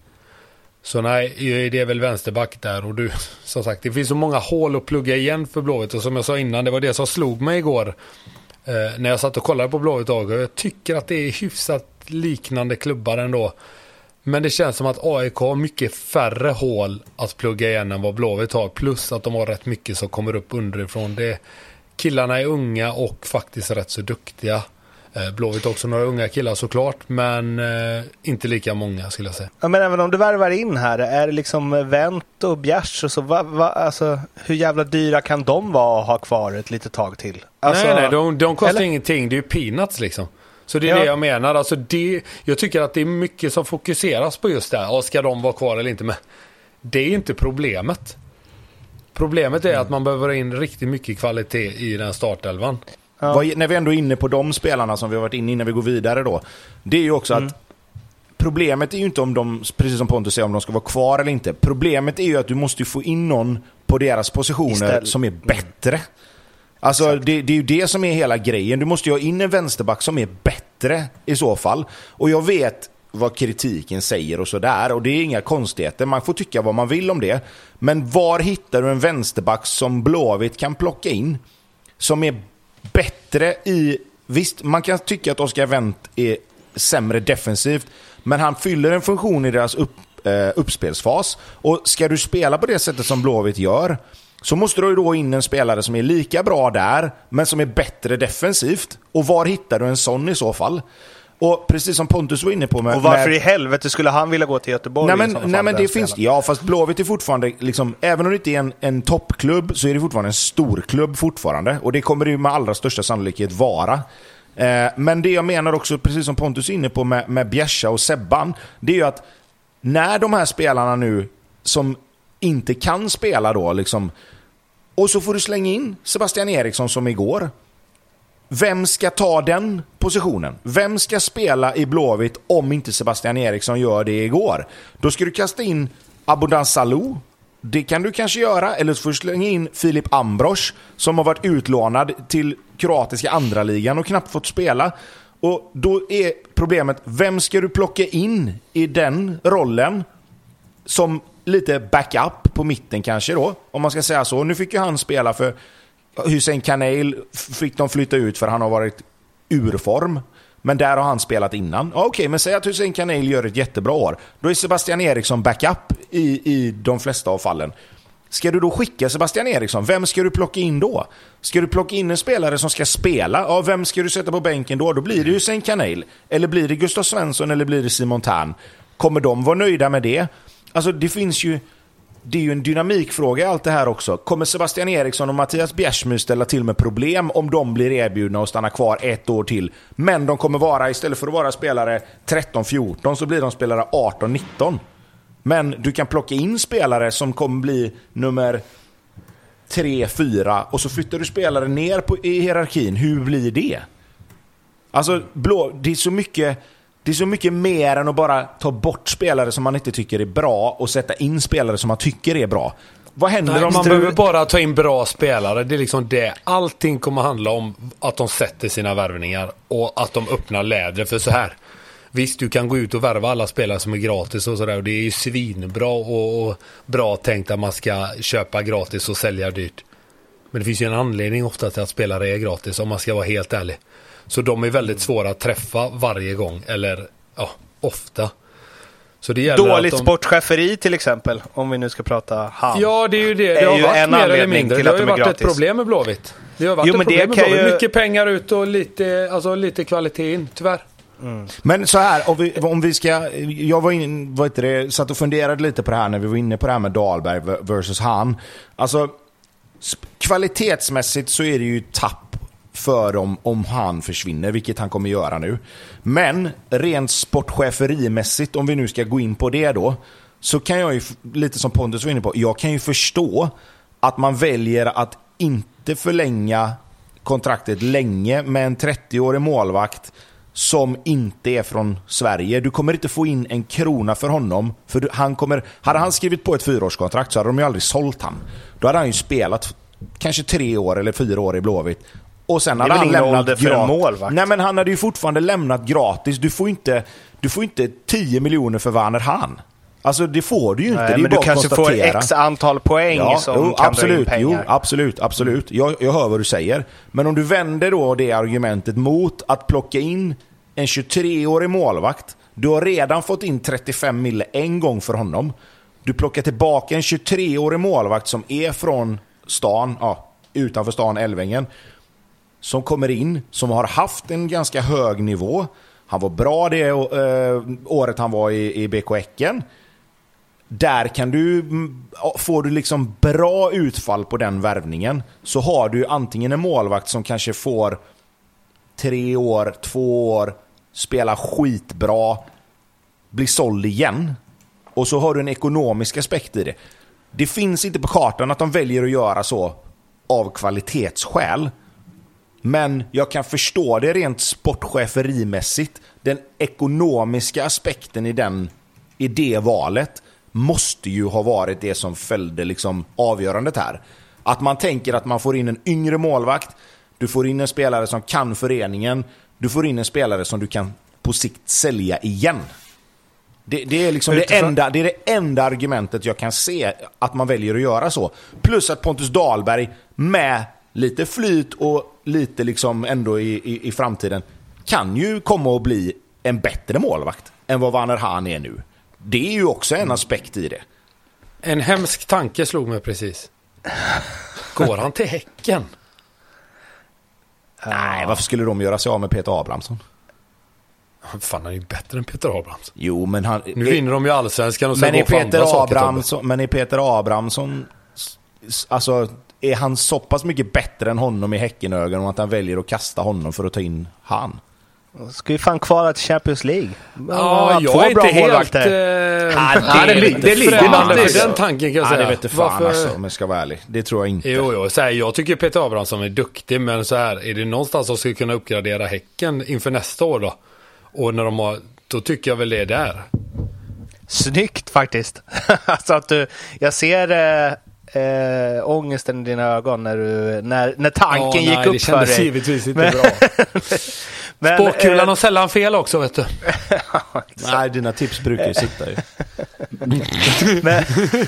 Så nej, det är väl vänsterback där, och du, som sagt, det finns så många hål att plugga igen för Blåvitt, och som jag sa innan, det var det som slog mig igår eh, när jag satt och kollade på Blåvitt, och jag tycker att det är hyfsat liknande klubbar ändå. Men det känns som att A I K har mycket färre hål att plugga igen än vad Blåvitt har, plus att de har rätt mycket som kommer upp underifrån. Det, killarna är unga och faktiskt rätt så duktiga. Blåvitt också några unga killar såklart, men eh, inte lika många skulle jag säga. Ja, men även om du värvar in här, är det liksom Wendt och Bjärs och så, va, va, alltså, hur jävla dyra kan de vara att ha kvar ett litet tag till? Alltså, nej, nej, de, de kostar eller? ingenting, det är ju peanuts liksom. Så det är Ja. det jag menar, alltså det, jag tycker att det är mycket som fokuseras på just det här. Ja, ska de vara kvar eller inte, men det är inte problemet. Problemet är att man behöver ha in riktigt mycket kvalitet i den startelvan. Ja. Vad, när vi ändå är inne på de spelarna som vi har varit inne innan vi går vidare då. Det är ju också mm. att problemet är ju inte om de, precis som Pontus säger, om de ska vara kvar eller inte. Problemet är ju att du måste få in någon på deras positioner Istället. som är bättre. Mm. Alltså det, det är ju det som är hela grejen. Du måste ju ha in en vänsterback som är bättre i så fall. Och jag vet vad kritiken säger och sådär, och det är inga konstigheter. Man får tycka vad man vill om det. Men var hittar du en vänsterback som Blåvitt kan plocka in som är bättre i... Visst, man kan tycka att Oskar Wendt är sämre defensivt, men han fyller en funktion i deras upp, eh, uppspelsfas. Och ska du spela på det sättet som Blåvitt gör, så måste du då in en spelare som är lika bra där, men som är bättre defensivt. Och var hittar du en sån i så fall? Och precis som Pontus var inne på med, och varför med... i helvete skulle han vilja gå till Göteborg? Nej men, nej, men det finns, ja, fast Blåvitt är fortfarande liksom, även om det inte är en, en toppklubb, så är det fortfarande en storklubb fortfarande, och det kommer det ju med allra största sannolikhet vara. eh, Men det jag menar också, precis som Pontus är inne på med, med Bjärsa och Sebban, det är ju att när de här spelarna nu som inte kan spela då liksom, och så får du slänga in Sebastian Eriksson som igår. Vem ska ta den positionen? Vem ska spela i Blåvitt om inte Sebastian Eriksson gör det igår? Då ska du kasta in Abodan Salou. Det kan du kanske göra. Eller så får du slänga in Filip Ambros, som har varit utlånad till kroatiska andra ligan och knappt fått spela. Och då är problemet, vem ska du plocka in i den rollen som lite backup på mitten kanske då? Om man ska säga så. Nu fick ju han spela för Hussein Kanel, fick de flytta ut för han har varit urform. Men där har han spelat innan. Okej, okay, men säg att Hussein Kanel gör ett jättebra år. Då är Sebastian Eriksson backup i, i de flesta av fallen. Ska du då skicka Sebastian Eriksson? Vem ska du plocka in då? Ska du plocka in en spelare som ska spela? Ja, vem ska du sätta på bänken då? Då blir det Hussein Kanel. Eller blir det Gustav Svensson, eller blir det Simon Tern? Kommer de vara nöjda med det? Alltså det finns ju... Det är ju en dynamikfråga i allt det här också. Kommer Sebastian Eriksson och Mattias Bjärsmyr ställa till med problem om de blir erbjudna att stanna kvar ett år till? Men de kommer vara, istället för att vara spelare tretton fjorton, så blir de spelare arton nitton. Men du kan plocka in spelare som kommer bli nummer tre fyra, och så flyttar du spelare ner på, i hierarkin. Hur blir det? Alltså, blå, det är så mycket... Det det är så mycket mer än att bara ta bort spelare som man inte tycker är bra och sätta in spelare som man tycker är bra. Vad händer Nej, om man du... behöver bara ta in bra spelare. Det är liksom det. Allting kommer handla om att de sätter sina värvningar och att de öppnar lädret. För så här, visst, du kan gå ut och värva alla spelare som är gratis och sådär. Och det är ju svinbra och, och bra tänkt att man ska köpa gratis och sälja dyrt. Men det finns ju en anledning ofta till att spelare är gratis, om man ska vara helt ärlig. Så de är väldigt svåra att träffa varje gång. Eller, ja, ofta. Så det gäller Dåligt att de... sportcheferi till exempel, om vi nu ska prata hand. Ja, det är ju det. Det är har ju varit en mer eller anledning mindre. till Det att har ju de är varit ett gratis. problem med Blåvitt. Det har varit Jo, ett men det problem med kan Blåvitt. ju- Mycket pengar ut och lite, alltså, lite kvalitet in, tyvärr. Men så här, om vi, om vi ska... Jag var in, vad heter det, satt och funderade lite på det här när vi var inne på det här med Dahlberg versus han. Alltså, sp- kvalitetsmässigt så är det ju tapp för dem om han försvinner, vilket han kommer göra nu. Men rent sportcheferimässigt, om vi nu ska gå in på det då, så kan jag ju, lite som Pontus var inne på, jag kan ju förstå att man väljer att inte förlänga kontraktet länge med en trettioårig målvakt som inte är från Sverige. Du kommer inte få in en krona för honom, för han kommer, hade han skrivit på ett fyraårskontrakt så hade de ju aldrig sålt han. Då hade han ju spelat kanske tre år eller fyra år i Blåvitt. Och sen hade väl han ingen lämnat ålder för en målvakt? Nej, men han hade ju fortfarande lämnat gratis. Du får inte, du får inte tio miljoner för Werner Hahn. Alltså det får du ju inte. Nej, det är men bara du kanske får konstatera. x antal poäng Ja, som jo, kan dra in absolut, pengar. jo, absolut, absolut. Jag, jag hör vad du säger. Men om du vänder då det argumentet mot att plocka in en tjugotre-årig målvakt. Du har redan fått in trettiofem mille en gång för honom. Du plockar tillbaka en tjugotre-årig målvakt som är från stan, ja, utanför stan Älvängen, som kommer in, som har haft en ganska hög nivå. Han var bra det äh, året han var i, i B K Häcken. Där kan du, får du liksom bra utfall på den värvningen, så har du antingen en målvakt som kanske får tre år, två år, spela skitbra, bli såld igen. Och så har du en ekonomisk aspekt i det. Det finns inte på kartan att de väljer att göra så av kvalitetsskäl. Men jag kan förstå det rent sportcheferimässigt. Den ekonomiska aspekten i, den, i det valet måste ju ha varit det som följde liksom avgörandet här. Att man tänker att man får in en yngre målvakt, du får in en spelare som kan föreningen, du får in en spelare som du kan på sikt sälja igen. Det, det, är liksom det, enda, det är det enda argumentet jag kan se att man väljer att göra så. Plus att Pontus Dahlberg med lite flyt och lite liksom ändå i, i, i framtiden kan ju komma att bli en bättre målvakt än vad Werner Hahn är nu. Det är ju också en aspekt i det. En hemsk tanke slog mig precis. Går han till Häcken? Nej, varför skulle de göra sig av med Peter Abrahamsson? Fan, han är ju bättre än Peter Abrahamsson. Jo, men han... Nu vinner de ju allsvenskan och så men går är på andra Peter saker. Abrahamsson, men är Peter Abrahamsson, alltså, är han så pass mycket bättre än honom i Häckenögon om att han väljer att kasta honom för att ta in han? Ska ju fan kvala till Champions League. Ja, Två jag är bra inte helt... målvakter. Eh, Ja, det ligger- det ligger främmande något i för det. den tanken, kan jag Ja, säga. det vet jag fan Varför- alltså, om jag ska vara ärlig. Det tror jag inte. Jo, jo, så här, jag tycker Peter Abrahamsson är duktig, men så här, är det någonstans som skulle kunna uppgradera Häcken inför nästa år då? Och när de har, då tycker jag väl det är där. Snyggt faktiskt. Alltså att du, jag ser eh, eh, ångesten i dina ögon när, du, när, när tanken Ja, gick nej, upp det för kändes dig. givetvis inte Men- bra. Men, Spåkulan eh, har sällan fel också, vet du. Nej, dina tips brukar ju sitta ju. Men,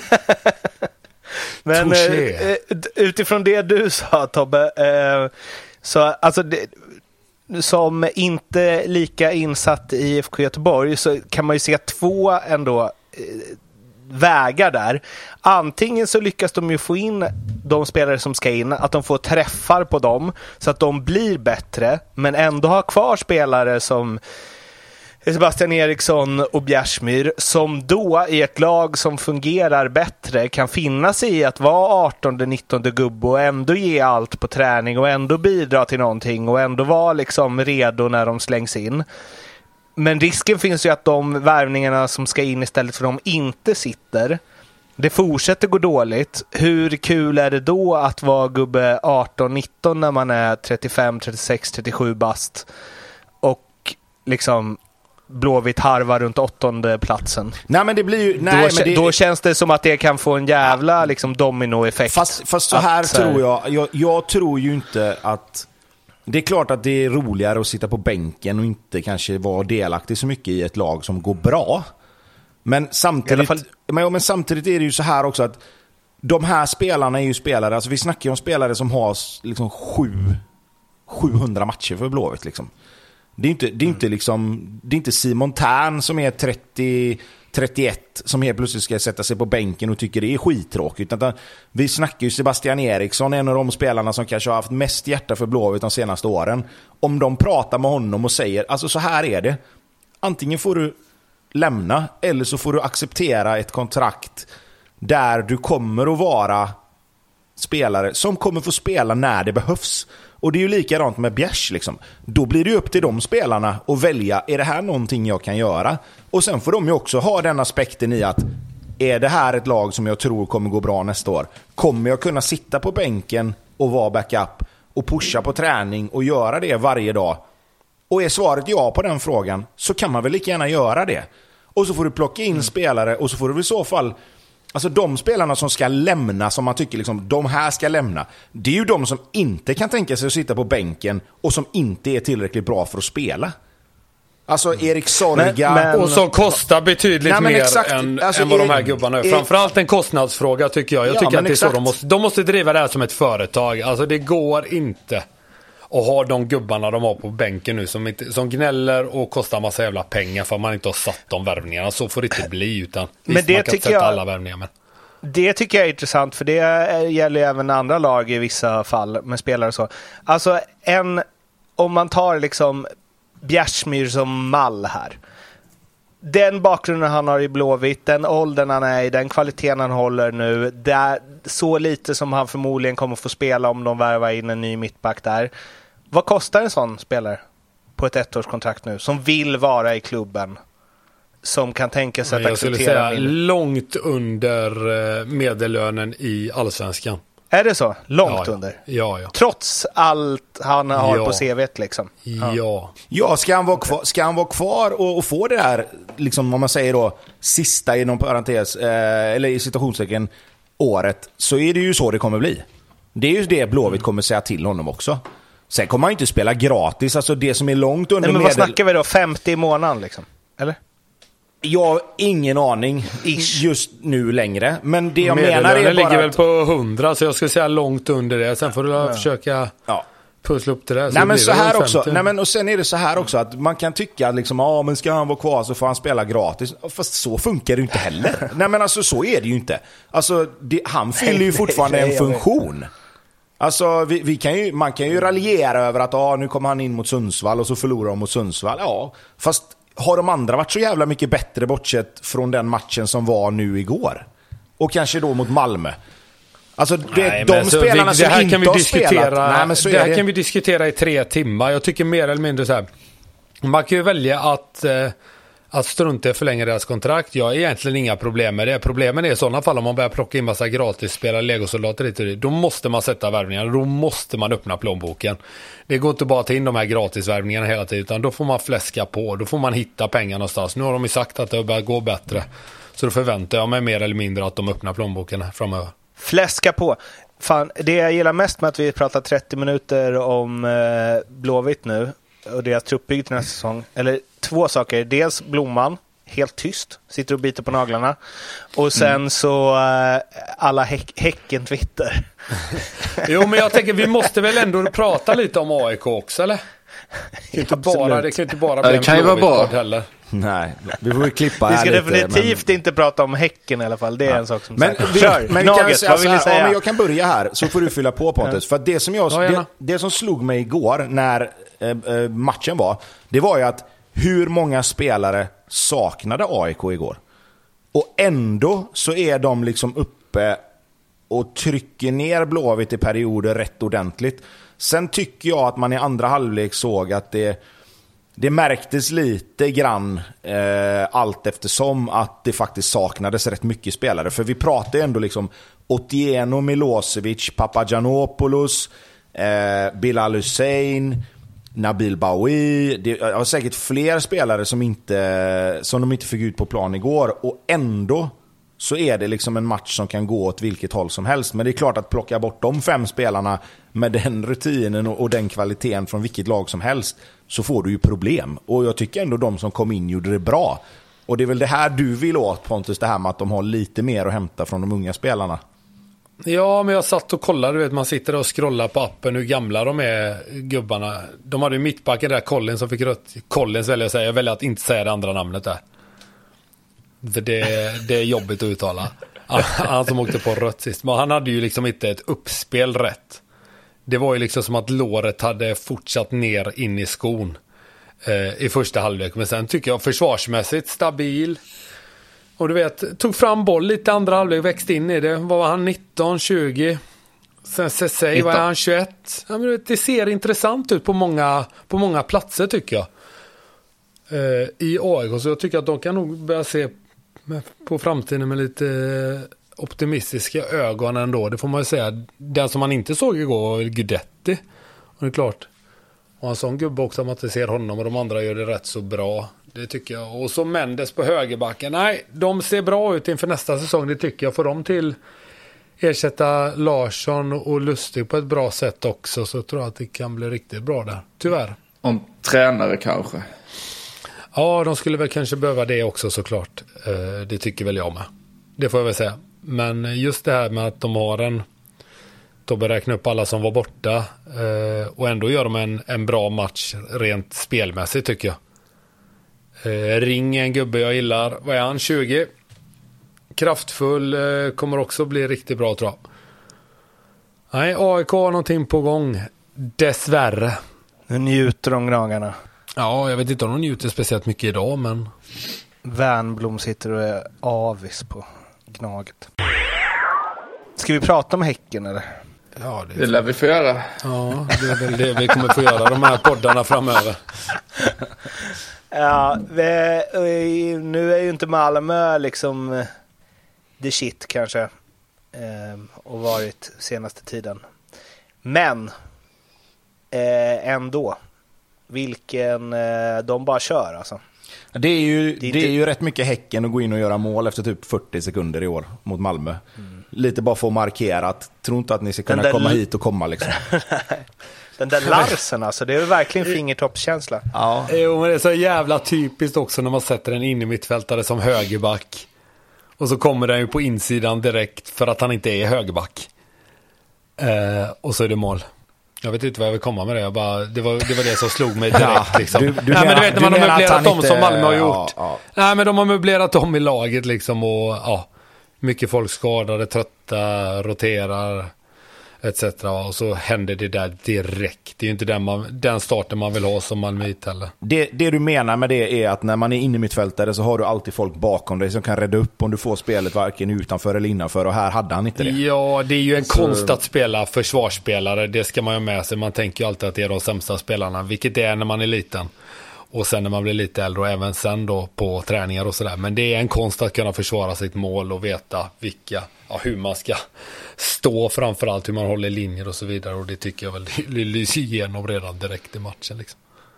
men Touché. eh, d- utifrån det du sa, Tobbe, eh, så alltså det, som inte lika insatt i I F K Göteborg, så kan man ju se två ändå eh, vägar där. Antingen så lyckas de ju få in de spelare som ska in, att de får träffar på dem så att de blir bättre, men ändå har kvar spelare som Sebastian Eriksson och Bjärsmyr, som då i ett lag som fungerar bättre kan finna sig i att vara artonde nittonde gubbe och ändå ge allt på träning och ändå bidra till någonting och ändå vara liksom redo när de slängs in. Men risken finns ju att de värvningarna som ska in istället för de inte sitter, det fortsätter gå dåligt. Hur kul är det då att vara gubbe arton nitton när man är trettiofem, trettiosex, trettiosju bast och liksom Blåvitt harvar runt åttonde platsen. Nej, men det blir ju... Nej, då, men det, då känns det som att det kan få en jävla liksom, dominoeffekt. Fast, fast så här att, tror jag, jag... Jag tror ju inte att... Det är klart att det är roligare att sitta på bänken och inte kanske vara delaktig så mycket i ett lag som går bra. Men samtidigt, fall... men, men samtidigt är det ju så här också att de här spelarna är ju spelare, alltså vi snackar ju om spelare som har liksom sju, sjuhundra matcher för Blåvitt liksom. Det är inte, det är inte liksom, det är inte Simon Tern som är trettio, trettioett som helt plötsligt ska sätta sig på bänken och tycker det är skittråkigt. Utan vi snackar ju Sebastian Eriksson, en av de spelarna som kanske har haft mest hjärta för Blåvitt de senaste åren. Om de pratar med honom och säger, alltså så här är det. Antingen får du lämna eller så får du acceptera ett kontrakt där du kommer att vara spelare som kommer få spela när det behövs. Och det är ju likadant med Bjärs liksom. Då blir det upp till de spelarna att välja, är det här någonting jag kan göra? Och sen får de ju också ha den aspekten i att är det här ett lag som jag tror kommer gå bra nästa år? Kommer jag kunna sitta på bänken och vara backup och pusha på träning och göra det varje dag? Och är svaret ja på den frågan, så kan man väl lika gärna göra det. Och så får du plocka in mm. spelare och så får du i så fall... Alltså de spelarna som ska lämna, som man tycker liksom, de här ska lämna, det är ju de som inte kan tänka sig att sitta på bänken och som inte är tillräckligt bra för att spela. Alltså Erik Sorga... Men, men, och som kostar betydligt nej, mer exakt, än, alltså, än vad Erik, de här gubbarna är. Framförallt en kostnadsfråga tycker jag. Jag ja, tycker att det är exakt. så de måste, de måste driva det här som ett företag. Alltså det går inte att ha de gubbarna de har på bänken nu som, inte, som gnäller och kostar massa jävla pengar för att man inte har satt de värvningarna. Så får det inte bli, utan men visst, det man kan tycker sätta jag, alla värvningar. Men... Det tycker jag är intressant, för det gäller även andra lag i vissa fall med spelare och så. Alltså en, om man tar liksom Bjärsmyr som mall här. Den bakgrunden han har i Blåvitt, den åldern han är i, den kvaliteten han håller nu, där, så lite som han förmodligen kommer få spela om de värvar in en ny mittback där. Vad kostar en sån spelare på ett ettårskontrakt nu som vill vara i klubben, som kan tänka sig att jag acceptera? Jag skulle säga min... långt under medellönen i Allsvenskan. Är det så? Långt ja, ja. under? Ja, ja. Trots allt han har ja. på C V:t liksom? Ja. Ja, ja ska, han vara kvar, ska han vara kvar och, och få det där, liksom, om man säger då, sista inom parentes, eh, eller i situationstecken, året, så är det ju så det kommer bli. Det är ju det Blåvitt kommer säga till honom också. Sen kommer han inte spela gratis, alltså det som är långt under. Nej, men medel... vad snackar vi då? femtio i månaden liksom? Eller? Jag har ingen aning Ish. just nu längre. Men det jag Medellönen menar är bara ligger att... väl på hundra, så jag skulle säga långt under det. Sen får du ja. försöka ja. pussla upp till det. Så nej, men så här också. femtio. Nej, men och sen är det så här också att man kan tycka liksom, ja, ah, men ska han vara kvar så får han spela gratis. Fast så funkar det ju inte heller. Nej, men alltså så är det ju inte. Alltså det, han fyller ju fortfarande en funktion. Alltså vi, vi kan ju, man kan ju raljera över att ah, nu kommer han in mot Sundsvall och så förlorar de mot Sundsvall. Ja, fast har de andra varit så jävla mycket bättre bortsett från den matchen som var nu igår? Och kanske då mot Malmö. Alltså det, nej, de alltså, spelarna vi, som det här inte kan vi har diskutera, spelat. Nej, men så det här det. kan vi diskutera i tre timmar. Jag tycker mer eller mindre så här. Man kan ju välja att... Eh, Att strunta förlänger deras kontrakt, jag har egentligen inga problem med det. Problemen är i sådana fall om man börjar plocka in massa gratis spelare, legosoldater dit och dit. Då måste man sätta värvningar, då måste man öppna plånboken. Det går inte bara att ta in de här gratisvärvningarna hela tiden, utan då får man fläska på, då får man hitta pengar någonstans. Nu har de ju sagt att det börjar gå bättre, så då förväntar jag mig mer eller mindre att de öppnar plånboken framöver. Fläska på. Fan, det jag gillar mest med att vi pratar trettio minuter om eh, Blåvitt nu och deras truppbygg till nästa säsong, eller två saker. Dels Blomman, helt tyst, sitter och biter på naglarna. Och sen mm. så äh, alla häck, Häcken-Twitter. Jo, men jag tänker vi måste väl ändå prata lite om A I K också, eller? Det kan inte bara, det kan inte bara bli ja, det kan ju vara bra heller. Nej, vi får ju klippa vi här ska lite, definitivt men... inte prata om Häcken i alla fall. Det är ja. en sak som men, sagt. Vi, Kör, men Naget, kan säga, vad vill ni säga? Ja, men jag kan börja här, så får du fylla på, Pontus. För det som, jag, ja, det, det som slog mig igår när eh, matchen var, det var ju att hur många spelare saknade A I K igår. Och ändå så är de liksom uppe och trycker ner Blåvitt i perioder rätt ordentligt. Sen tycker jag att man i andra halvlek såg att det, det märktes lite grann eh, allt eftersom att det faktiskt saknades rätt mycket spelare. För vi pratar ändå liksom Otieno, Milosevic, Papagiannopoulos, eh, Bilal Hussein, Nabil Baoui, det är säkert fler spelare som, inte, som de inte fick ut på plan igår, och ändå så är det liksom en match som kan gå åt vilket håll som helst. Men det är klart att plocka bort de fem spelarna med den rutinen och, och den kvaliteten från vilket lag som helst, så får du ju problem. Och jag tycker ändå de som kom in gjorde det bra. Och det är väl det här du vill åt, Pontus, det här med att de har lite mer att hämta från de unga spelarna. Ja, men jag satt och kollade, du vet, man sitter och scrollar på appen hur gamla de är, gubbarna. De hade ju mittbacken där, Collins, som fick rött. Collins väljer jag säga, jag väljer att inte säga det andra namnet där. För det, det är jobbigt att uttala. Han som åkte på rött sist. Men han hade ju liksom inte ett uppspel rätt. Det var ju liksom som att låret hade fortsatt ner in i skon eh, i första halvlek. Men sen tycker jag försvarsmässigt stabil. Och du vet, tog fram boll lite andra halvlek, växte in i det. Vad var han, nitton, tjugo? Sen Cesay var han tjugoett. Ja, men du vet, det ser intressant ut på många, på många platser tycker jag. Eh, I A I K. Så jag tycker att de kan nog börja se på framtiden med lite optimistiska ögon ändå. Det får man ju säga. Den som man inte såg igår var Gudetti. Och det är klart. Och en sån gubbe också, om man inte ser honom, och de andra gör det rätt så bra. Det tycker jag. Och så Mendes på högerbacken. Nej, de ser bra ut inför nästa säsong. Det tycker jag. Får de till ersätta Larsson och Lustig på ett bra sätt också, så tror jag att det kan bli riktigt bra där. Tyvärr. Om tränare kanske. Ja, de skulle väl kanske behöva det också, såklart. Det tycker väl jag med. Det får jag väl säga. Men just det här med att de har en... De bör räkna upp alla som var borta. Och ändå gör de en, en bra match rent spelmässigt, tycker jag. Ring en gubbe jag gillar. Vad är han? tjugo. Kraftfull. Kommer också bli riktigt bra, tror jag. Nej, A I K har någonting på gång. Dessvärre. Nu njuter de gnagarna. Ja, jag vet inte om de njuter speciellt mycket idag, men... Värnblom sitter och är avis på Gnaget. Ska vi prata om Häcken, eller? Ja, det, det lär vi få göra. Ja, det är väl det vi kommer få göra, de här poddarna framöver. Ja, vi, nu är ju inte Malmö liksom the shit kanske. Eh, och varit senaste tiden. Men eh, ändå. Vilken eh, de bara kör alltså. Det är ju, det är, det är inte... ju rätt mycket Häcken att gå in och göra mål efter typ fyrtio sekunder i år mot Malmö. Mm. Lite bara för att markera att tro inte att ni ska kunna komma l- hit och komma liksom. Den där Larsen alltså, det är ju verkligen fingertoppskänsla. Ja. Jo, men det är så jävla typiskt också när man sätter en in i mittfältare som högerback. Och så kommer den ju på insidan direkt för att han inte är högerback. Eh, och så är det mål. Jag vet inte vad jag vill komma med det. Jag bara, det, var, det var det som slog mig direkt. Liksom. Du, du Nej, men du vet när man har möblerat om inte... som Malmö har gjort. Ja, ja. Nej, men de har möblerat om i laget liksom. Och ja, mycket folk skadade, trötta, roterar et cetera. Och så händer det där direkt. Det är ju inte den, man, den starten man vill ha som Malmöit heller. Det, det du menar med det är att när man är inne i mittfältare så har du alltid folk bakom dig som kan rädda upp om du får spelet varken utanför eller innanför. Och här hade han inte det. Ja, det är ju en så... konst att spela försvarsspelare. Det ska man ju med sig. Man tänker ju alltid att det är de sämsta spelarna. Vilket det är när man är liten. Och sen när man blir lite äldre och även sen då på träningar och sådär. Men det är en konst att kunna försvara sitt mål och veta vilka, ja, hur man ska stå, framförallt hur man håller linjer och så vidare. Och det tycker jag väl lyser igenom redan direkt i matchen liksom.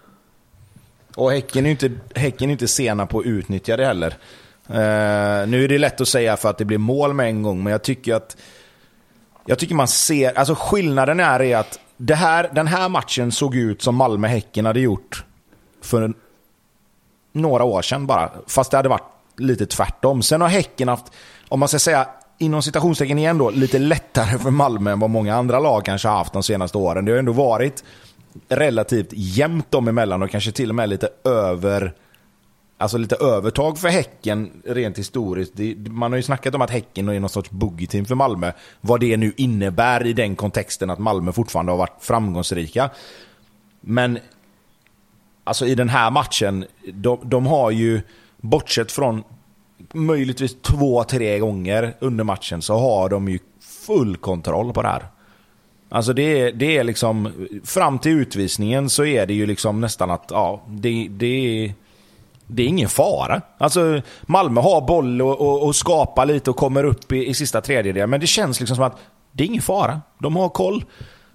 Och Häcken är inte, Häcken är inte sena på att utnyttja det heller. Uh, nu är det lätt att säga för att det blir mål med en gång, men jag tycker att jag tycker man ser, alltså skillnaden är, är att det här, den här matchen såg ut som Malmö-Häcken hade gjort för några år sedan bara, fast det hade varit lite tvärtom. Sen har Häcken haft, om man ska säga inom citationstecken igen då, lite lättare för Malmö än vad många andra lag kanske har haft de senaste åren. Det har ändå varit relativt jämnt dem emellan och kanske till och med lite över, alltså lite övertag för Häcken rent historiskt. Det, man har ju snackat om att Häcken är någon sorts boogie-team för Malmö. Vad det nu innebär i den kontexten att Malmö fortfarande har varit framgångsrika. Men alltså i den här matchen, de, de har ju, bortsett från möjligtvis två, tre gånger under matchen, så har de ju full kontroll på det här. Alltså det är, det är liksom, fram till utvisningen så är det ju liksom nästan att, ja, det, det är, det är ingen fara. Alltså Malmö har boll och, och, och skapar lite och kommer upp i, i sista tredjedelen, men det känns liksom som att det är ingen fara. De har koll.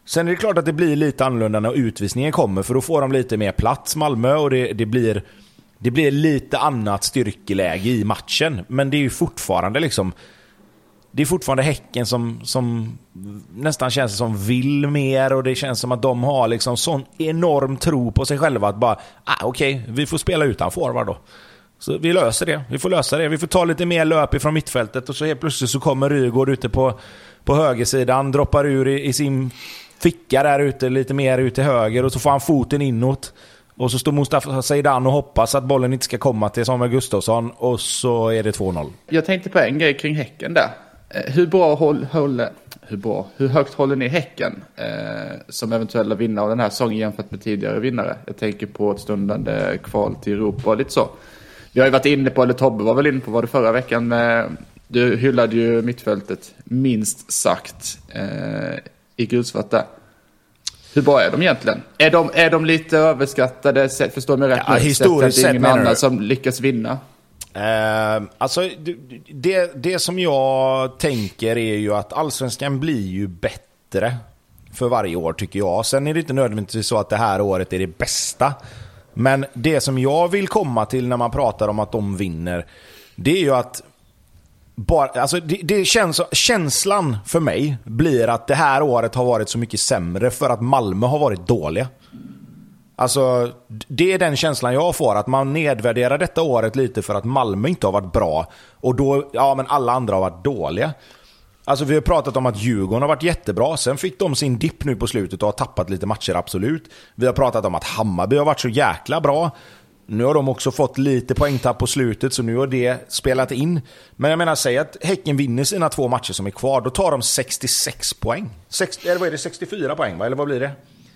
Sen är det klart att det blir lite annorlunda när utvisningen kommer, för då får de lite mer plats, Malmö, och det, det blir det blir lite annat styrkeläge i matchen. Men det är ju fortfarande liksom det är fortfarande Häcken som, som nästan känns som vill mer, och det känns som att de har liksom sån enorm tro på sig själva att bara, ah, okej, okay, vi får spela utan forward då. Så vi löser det, vi får lösa det. Vi får ta lite mer löp ifrån mittfältet, och så helt plötsligt så kommer Rygaard ute på, på högersidan, droppar ur i, i sin ficka där ute, lite mer ut till höger, och så får han foten inåt. Och så står Mustafa Zeidan och hoppas att bollen inte ska komma till Samuel Gustafsson, och så är det två noll. Jag tänkte på en grej kring Häcken där. Hur bra håll, håller, hur bra, hur högt håller ni Häcken eh, som eventuella vinnare av den här säsongen jämfört med tidigare vinnare? Jag tänker på ett stundande kval till Europa och lite så. Vi har ju varit inne på, eller Tobbe var väl inne på, var det förra veckan med, du hyllade ju mittfältet minst sagt eh, i gulsvart där. Hur bra är de egentligen? Är de, är de lite överskattade? Förstår mig rätt? Ja, historiskt sett, det är ingen annan som lyckas vinna. Uh, alltså det, det som jag tänker är ju att Allsvenskan blir ju bättre för varje år, tycker jag. Sen är det inte nödvändigtvis så att det här året är det bästa, men det som jag vill komma till när man pratar om att de vinner, det är ju att bara, alltså det, det känns, känslan för mig blir att det här året har varit så mycket sämre för att Malmö har varit dåliga. Alltså, det är den känslan jag får, att man nedvärderar detta året lite för att Malmö inte har varit bra, och då, ja, men alla andra har varit dåliga. Alltså, vi har pratat om att Djurgården har varit jättebra, sen fick de sin dipp nu på slutet och har tappat lite matcher, absolut. Vi har pratat om att Hammarby har varit så jäkla bra. Nu har de också fått lite poängtapp på slutet, så nu har det spelat in. Men jag menar, säg att Häcken vinner sina två matcher som är kvar, då tar de sextiosex poäng. sex, eller vad är det, sextiofyra poäng, va? Eller vad blir det?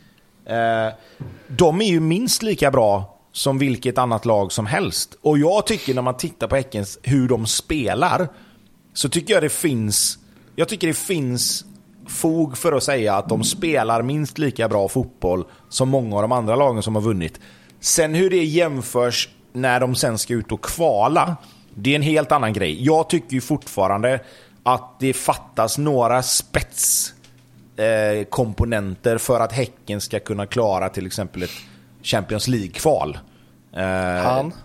Eh, de är ju minst lika bra som vilket annat lag som helst. Och jag tycker, när man tittar på Häckens hur de spelar, så tycker jag det finns Jag tycker det finns fog för att säga att de spelar minst lika bra fotboll som många av de andra lagen som har vunnit. Sen hur det jämförs när de sen ska ut och kvala, det är en helt annan grej. Jag tycker ju fortfarande att det fattas några spets eh, komponenter för att Häcken ska kunna klara till exempel ett Champions League-kval. Eh, Han?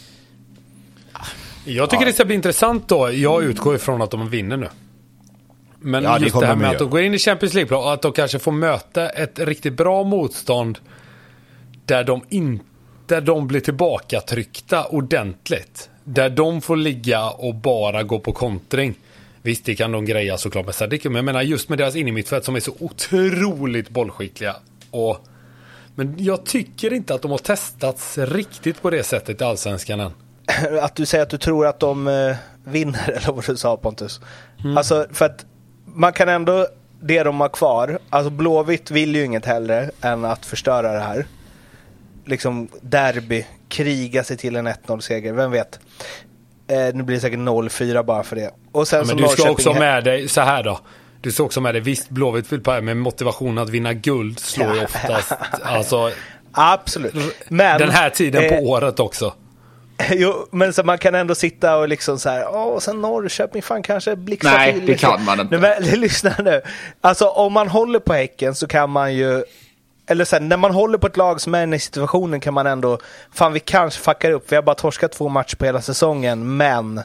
Jag tycker ja. det ska bli intressant då. Jag utgår ifrån att de vinner nu. Men ja, just det, det här med med att de går in i Champions League och att de kanske får möta ett riktigt bra motstånd där de inte där de blir tillbakatryckta ordentligt. Där de får ligga och bara gå på kontring. Visst, det kan de greja såklart med Sadik, men jag menar just med deras innermittfält som är så otroligt bollskickliga. Och, men jag tycker inte att de har testats riktigt på det sättet i Allsvenskan än. Att du säger att du tror att de eh, vinner, eller vad du sa, Pontus. Mm. Alltså, för att man kan ändå, det de har kvar, alltså Blåvitt vill ju inget hellre än att förstöra det här. Liksom derby, kriga sig till en ett noll-seger, vem vet. Eh, nu blir det säkert noll fyra bara för det. Och sen, ja, men du ska också med dig så här då. Du ska också med dig, visst, Blåvitt vill på med motivation att vinna guld slår ju oftast alltså, absolut. Men den här tiden på eh, året också. Jo, men så man kan ändå sitta och liksom så här, åh, och sen Norrköping fan kanske blixtar Nej, till. Nej, det kan man inte. Nej, men lyssna nu. Alltså, om man håller på Häcken så kan man ju, eller sen när man håller på ett lag som är i den situationen kan man ändå, fan vi kanske fuckar upp, vi har bara torskat två matcher på hela säsongen, men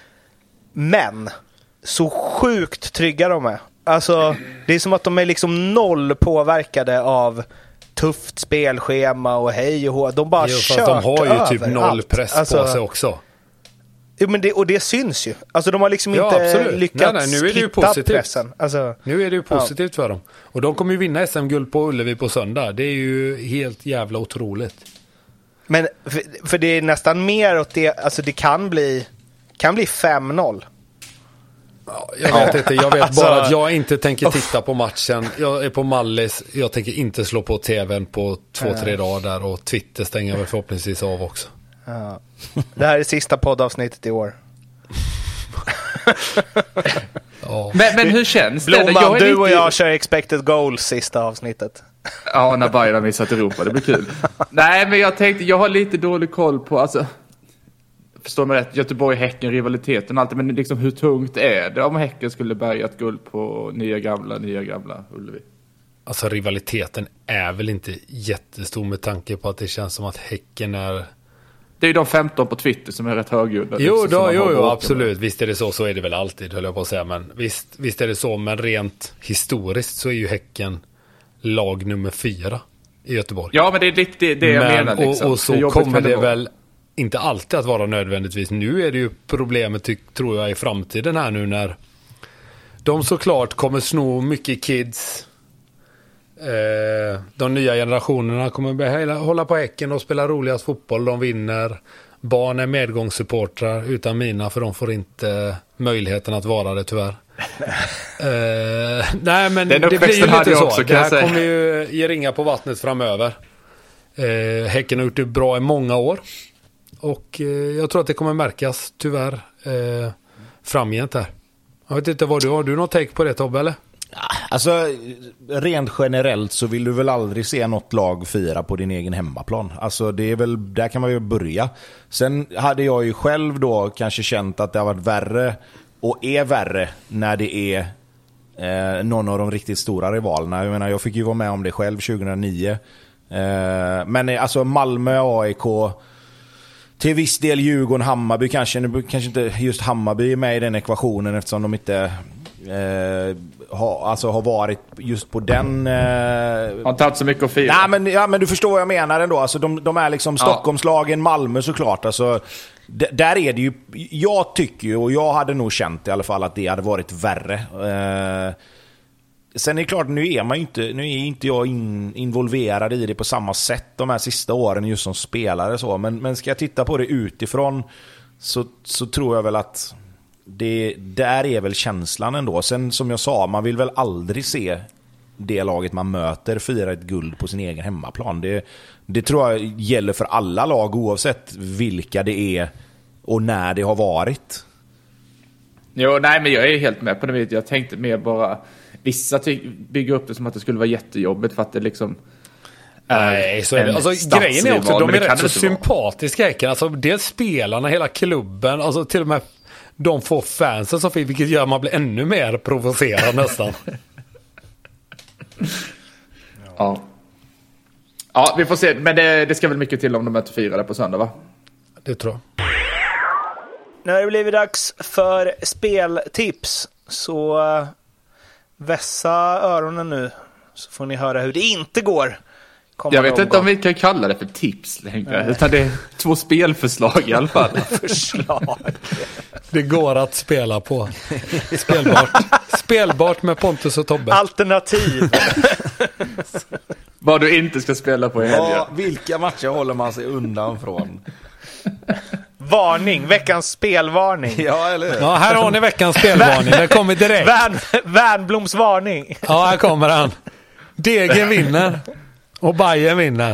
men så sjukt trygga de är. Alltså, det är som att de är liksom noll påverkade av tufft spelschema och hej och hå. De bara jo, kört de har ju typ noll allt. press alltså, på sig också. Jo, men det, och det syns ju. Alltså de har liksom ja, inte absolut. lyckats nej, nej, nu är det ju positivt. Pressen. Alltså, nu är det ju positivt ja. för dem. Och de kommer ju vinna S M-guld på Ullevi på söndag. Det är ju helt jävla otroligt. Men för, för det är nästan mer åt det, alltså det kan bli kan bli fem noll. Ja, jag vet inte, jag vet alltså, bara att jag inte tänker titta på matchen. Jag är på Mallis, jag tänker inte slå på tvn på två, ja. tre dagar där, och Twitter stänger väl förhoppningsvis av också. Ja. Det här är sista poddavsnittet i år. ja. men, men hur känns det? Blomman, jag du lite... och jag kör expected goals sista avsnittet. Ja, när Bayern har missat Europa, det blir kul. Nej, men jag tänkte, jag har lite dålig koll på, alltså, förstår mig rätt, Göteborg-Häcken-rivaliteten och allt, men liksom hur tungt är det om Häcken skulle bärga ett guld på nya gamla, nya gamla Ullevi? alltså rivaliteten är väl inte jättestor med tanke på att det känns som att Häcken är... Det är ju de femton på Twitter som är rätt högljudda. Jo, liksom, då, jo, jo absolut. Visst är det så, så är det väl alltid, höll jag på att säga. Men visst, visst är det så, men rent historiskt så är ju Häcken lag nummer fyra i Göteborg. Ja, men det är lite det, det jag men, menar. Liksom. Och, och så kommer det, det väl inte alltid att vara nödvändigtvis. Nu är det ju problemet, ty- tror jag, i framtiden här nu när de såklart kommer sno mycket kids. Eh, de nya generationerna kommer börja hålla på Häcken och spela roligast fotboll. De vinner. Barn är medgångssupportrar utan mina, för de får inte möjligheten att vara det tyvärr. eh, nej men det blir ju lite så. Också, det här kommer ju ge ringa på vattnet framöver. Eh, Häcken har gjort det bra i många år. Och eh, jag tror att det kommer märkas tyvärr eh, framgent här. Jag vet inte vad du har. Har du något take på det, Tobbe, eller? Alltså, rent generellt så vill du väl aldrig se något lag fira på din egen hemmaplan. Alltså, det är väl, där kan man ju börja. Sen hade jag ju själv då kanske känt att det har varit värre och är värre när det är eh, någon av de riktigt stora rivalerna. Jag menar, jag fick ju vara med om det själv tjugohundranio. Eh, men alltså Malmö, A I K, till viss del Djurgården, Hammarby kanske. Nu kanske inte just Hammarby är med i den ekvationen eftersom de inte eh, har, alltså har varit just på den... Eh... Har inte haft så mycket att fira. Nej, men, ja, men du förstår vad jag menar ändå. Alltså, de, de är liksom Stockholmslagen, Malmö såklart. Alltså, d- där är det ju... Jag tycker ju, och jag hade nog känt i alla fall att det hade varit värre. Eh... Sen är det klart, nu är man ju inte, nu är inte jag in, involverad i det på samma sätt de här sista åren just som spelare så, men, men ska jag titta på det utifrån så, så tror jag väl att det där är väl känslan ändå. Sen som jag sa, man vill väl aldrig se det laget man möter fira ett guld på sin egen hemmaplan. Det, det tror jag gäller för alla lag oavsett vilka det är och när det har varit. Jo, nej, men jag är helt med på det. Jag tänkte mer bara... Vissa ty- bygger upp det som att det skulle vara jättejobbigt för att det liksom... Nej, så är det. Alltså, grejen är också, de är rätt så sympatiska Häcken. Alltså, dels spelarna, hela klubben, alltså till och med de få fansen som finns, vilket gör att man blir ännu mer provocerad nästan. Ja. Ja, vi får se. Men det, det ska väl mycket till om de möter fyra där på söndag, va? Det tror jag. Nu har det blivit dags för speltips. Så vässa öronen nu, så får ni höra hur det inte går. Jag vet inte om vi kan kalla det för tips längre, utan det är två spelförslag i alla fall. Förslag. Det går att spela på. Spelbart. Spelbart med Pontus och Tobbe. Alternativ. Vad du inte ska spela på i helgen. Ja, vilka matcher håller man sig undan från? Varning, veckans spelvarning. Ja, eller hur? Ja, här har ni veckans spelvarning. Den kommer direkt. Värn, Värnbloms varning. Ja, här kommer han. Degen vinner. Och Bayern vinner.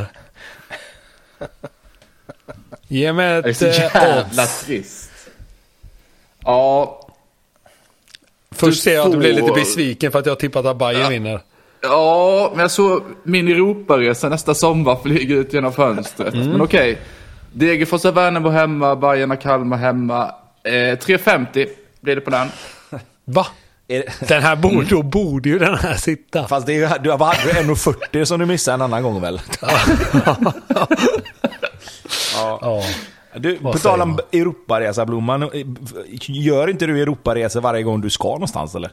Ge mig ett det är så jävla odds. trist. Ja. Först ser jag att du blir lite besviken för att jag har tippat att Bayern ja. vinner. Ja, men jag såg min Europaresa nästa sommar flyger ut genom fönstret. Mm. Men okej. Okay. Degerfors och Värnamo hemma, Bayern och Kalmar hemma. Eh, tre femtio blir det på den. Va? Den här borde, då borde ju den här sitta. Fast det är ju, du har varit en fyrtio som du missade en annan gång väl? Ja. Ja. Du, på tal om Europaresa, Blomman, gör inte du Europaresa varje gång du ska någonstans, eller?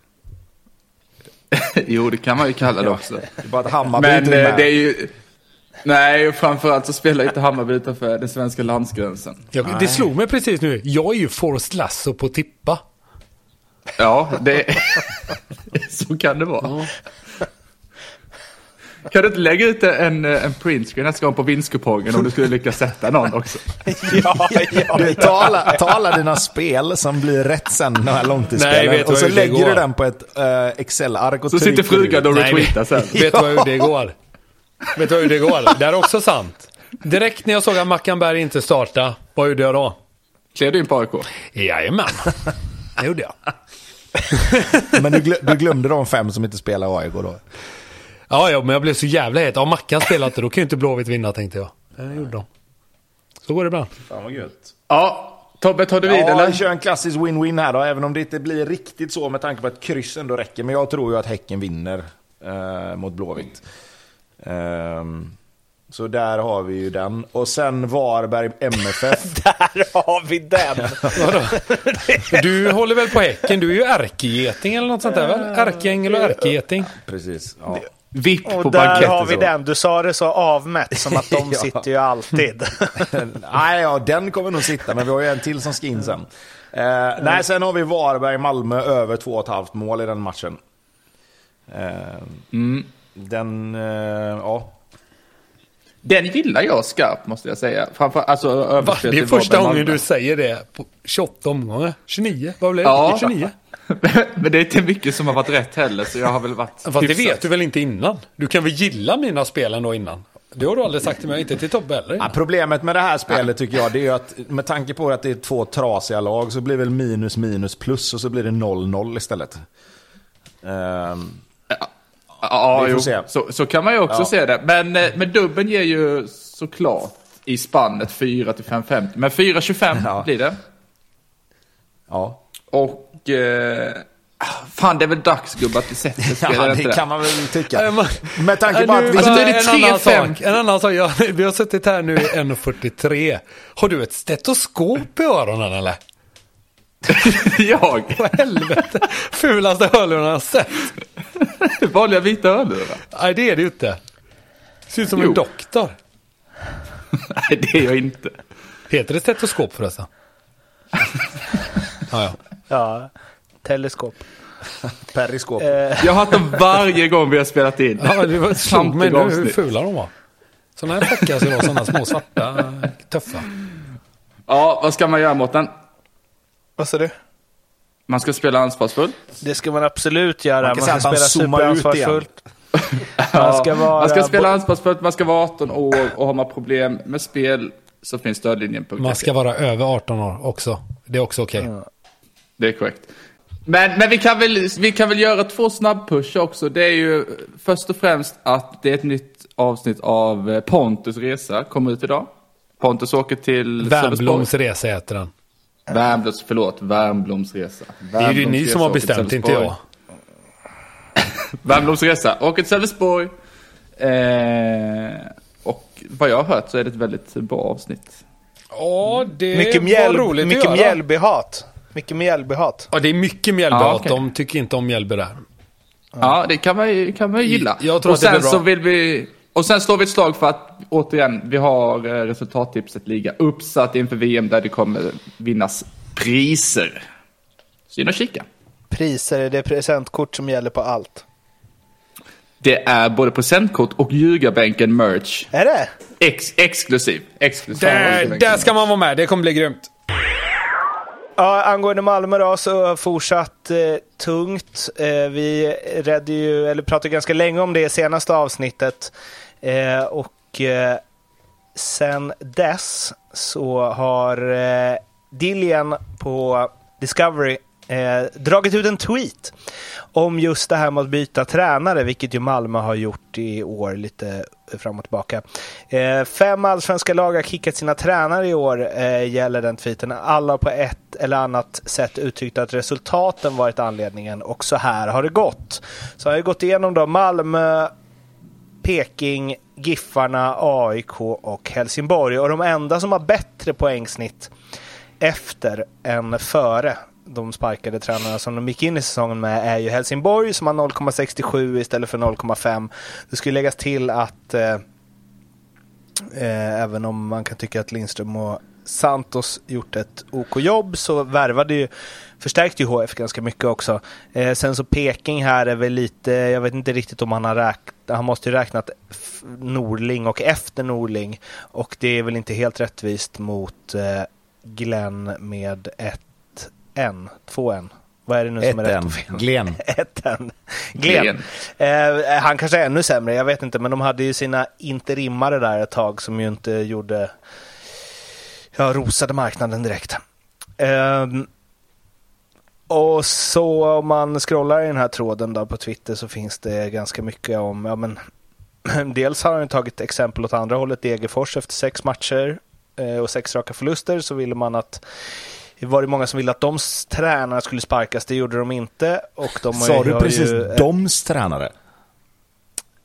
Jo, det kan man ju kalla det också. Det är bara att Hammarby men inte med. Det är ju... Nej, framförallt så spelar inte Hammarby utanför den svenska landsgränsen. Ja, det slog mig precis nu. Jag är ju Forrest Lasso på tippa. Ja, det så kan det vara. Ja. Kan du inte lägga ut en, en printscreen nästa gång på vinstkupongen om du skulle lyckas sätta någon också? ja, ja, du, ta, alla, ta alla dina spel som blir rätt sen, de här långtidsspelen, och så lägger du den på ett uh, Excel-ark och så sitter frugan och retweetar sen. Vet du hur det går? Vet du hur det går? Det är också sant. Direkt när jag såg att Mackanberg inte starta, vad gjorde jag då? Klev du in på A I K? Jajamän. Det gjorde jag. Men du, glö, du glömde de fem som inte spelar A I K då? Ja, ja, men jag blev så jävla het. Ja, Mackan spelar inte, då kan ju inte Blåvitt vinna, tänkte jag. Det gjorde de. Så går det bra. Fan vad gött. Ja, Tobbe, tar du vid, ja, eller? Ja, kör en klassisk win-win här då, även om det inte blir riktigt så med tanke på att kryss ändå räcker. Men jag tror ju att Häcken vinner eh, mot Blåvitt. Eh, så där har vi ju den. Och sen Varberg M F F. Där har vi den. Du håller väl på Häcken? Du är ju ärkegeting eller något sånt där, väl? Ärkeängel och ärkegeting. Precis, ja. Vipp på Och där banketten, har vi så. Den. Du sa det så avmätt som att de Ja. sitter ju alltid. Nej, ja, den kommer nog sitta, men vi har ju en till som ska in sen. Eh, nej, sen har vi Varberg Malmö över två och ett halvt mål i den matchen. Eh, Mm. Den, eh, ja. Den gillar jag skarpt, måste jag säga. Framför, alltså, Va? överspel Det är till första Varberg, gången Malmö. du säger det på tjugoåtta omgångar. tjugonio, vad blev det? Ja. tjugonio? Men det är inte mycket som har varit rätt heller, så jag har väl varit Fast det hyfsat. vet du väl inte innan? Du kan väl gilla mina spel då innan? Det har du aldrig sagt till mig, inte till Tobbe heller. Ja, problemet med det här spelet tycker jag, det är ju att med tanke på att det är två trasiga lag så blir väl minus minus plus och så blir det noll noll istället. Um, Ja, Vi får jo, se. så, så kan man ju också Ja. se det. Men, eh, men dubben ger ju såklart i spannet fyra till fem femtio. Men fyra tjugofem Ja. blir det. ja. Och eh, fan, det är väl dags, gubbar, att vi sätter spel, ja, är det inte kan man väl Nej, tycka. men- Med tanke på Nej, att nu- vi... Alltså, nu är det en tre annan fem. sak. En annan sak. Ja, vi har suttit här nu i en fyrtiotre. Har du ett stetoskop i öronen eller? Jag. Vad helvete. Fulaste hörlurarna jag har sett. Vanliga vita hörlurar. Nej, det är det ju inte. Ser ut som Jo. en doktor. Nej, det är jag inte. Heter det stetoskop förresten? Ja, ja. Ja, teleskop. Periskop. Eh, Jag har haft dem varje gång vi har spelat in. Ja, det var slog mig nu Samtliga hur avsnitt. fula de var. Sådana här fläckar så var sådana små svarta, tuffa. Ja, vad ska man göra mot den? vad sa du? Man ska spela ansvarsfullt. Det ska man absolut göra. Man Man, kan säga ska att man spela zoomar ut superansvarsfullt. Man Ja, ska vara... man ska spela ansvarsfullt, man ska vara arton år och har man problem med spel så finns stödlinjen på Man ska vara över arton år också. Det är också okej. Det är korrekt. Men, men vi, kan väl, vi kan väl göra två snabbpush också. Det är ju först och främst att det är ett nytt avsnitt av Pontus resa. Kommer ut idag. Pontus åker till Värmbloms resa heter den. Värmbloms, förlåt, Värmbloms resa. Det är ju ni som har bestämt, inte jag. Värmbloms resa. Åker till Sölvesborg. Eh, och vad jag har hört så är det ett väldigt bra avsnitt. Ja, det Mycket, var mjäl, roligt mycket att göra. Mjällbyhat. Mycket Mjällbyhat. Ja, det är mycket Mjällby. Ja, okej. De tycker inte om Mjällby där. Ja, det kan man ju, kan man ju gilla. Jag tror och att det sen blir bra. så vill vi... Och sen slår vi ett slag för att, återigen, vi har eh, resultattipset liga uppsatt inför V M där det kommer vinnas priser. Så in och kika. Priser är det presentkort som gäller på allt. Det är både presentkort och ljugarbänken merch. Är det? Ex- exklusiv. Exklusiv. Där, där ska man vara med. Det kommer bli grymt. Ja, angående Malmö då så fortsatt eh, tungt. Eh, vi redde ju, eller pratade ganska länge om det i senaste avsnittet. Eh, och eh, sen dess så har eh, Dillian på Discovery eh, dragit ut en tweet om just det här med att byta tränare, vilket ju Malmö har gjort i år lite fram och tillbaka. Eh, fem allsvenska lag har kickat sina tränare i år, eh, gäller den tweeten. Alla på ett eller annat sätt uttryckt att resultaten varit anledningen, och så här har det gått. Så har jag gått igenom då Malmö, Peking, Giffarna, A I K och Helsingborg. Och de enda som har bättre poängsnitt efter än före de sparkade tränarna som de gick in i säsongen med är ju Helsingborg som har noll komma sextiosju istället för noll komma fem. Det skulle läggas till att eh, eh, även om man kan tycka att Lindström och Santos gjort ett OK-jobb så värvade ju, förstärkte ju H F ganska mycket också. Eh, sen så Peking här är väl lite, jag vet inte riktigt om han har räknat, han måste ju räknat f- Norling och efter Norling, och det är väl inte helt rättvist mot eh, Glenn med ett N, två N. Vad är det nu som är rätt och fel? Glenn. Ett N. Glenn. Eh, han kanske är ännu sämre, jag vet inte, men de hade ju sina interimmare där ett tag som ju inte gjorde, ja, rosade marknaden direkt. Eh, och så om man scrollar i den här tråden då på Twitter så finns det ganska mycket om, ja men dels har han tagit exempel åt andra hållet, Degerfors efter sex matcher eh, och sex raka förluster, så ville man att det var det många som ville att de tränarna skulle sparkas. Det gjorde de inte. Och de Sa har du ju, precis ju, doms tränare?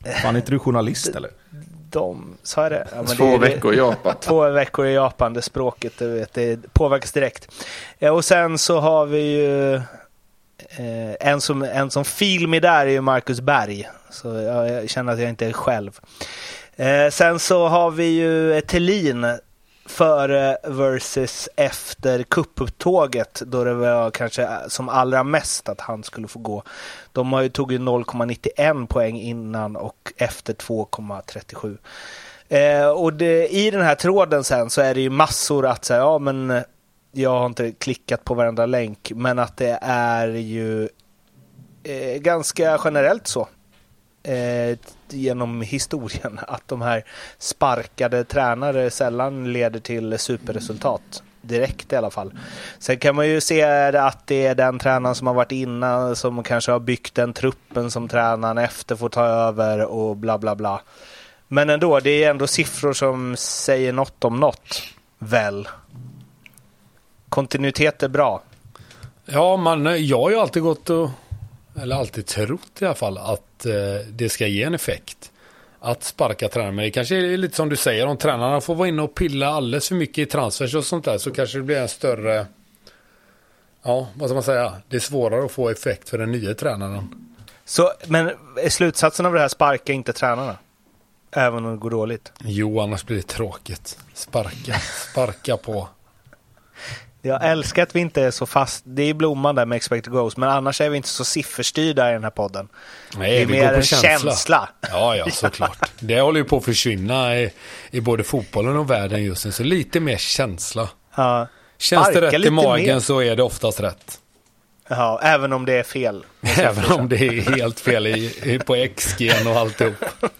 Fan, är inte du journalist eller? De, så är det. Ja, men två det är, veckor i Japan. Två veckor i Japan, det språket, det, vet, det påverkas direkt. Och sen så har vi ju eh, en, som, en som film i där är ju Marcus Berg. Så jag, jag känner att jag inte är själv. Eh, sen så har vi ju Thelin före versus efter kuppupptåget, då det var kanske som allra mest att han skulle få gå. De har ju tog ju noll komma nittioen poäng innan och efter två komma trettiosju. Eh, och det, i den här tråden sen så är det ju massor att säga, ja men jag har inte klickat på varenda länk, men att det är ju eh, ganska generellt så. Eh, genom historien att de här sparkade tränare sällan leder till superresultat direkt i alla fall. Sen kan man ju se att det är den tränaren som har varit innan som kanske har byggt den truppen som tränaren efter får ta över och bla bla bla. Men ändå, det är ändå siffror som säger något om något. Väl. Kontinuitet är bra. Ja, man, jag har ju alltid gått och eller alltid trott i alla fall att eh, det ska ge en effekt att sparka tränare. Men det kanske är lite som du säger, om tränarna får vara inne och pilla alldeles för mycket i transfers och sånt där, så kanske det blir en större, ja, vad ska man säga, det är svårare att få effekt för den nya tränaren. Så, men är slutsatsen av det här, sparka inte tränarna även om det går dåligt? Jo, annars blir det tråkigt. Sparka, sparka på. Jag älskar att vi inte är så fast. Det är blomman där med expected goals, men annars är vi inte så sifferstyrda i den här podden. Nej, det är vi mer går på en känsla. känsla. Ja, ja, såklart. Det håller ju på att försvinna i, i både fotbollen och världen just nu. Så lite mer känsla. Ja. Känns det rätt i magen mer. Så är det oftast rätt. Ja, även om det är fel. Även om det är helt fel i, i, på X G och alltihop.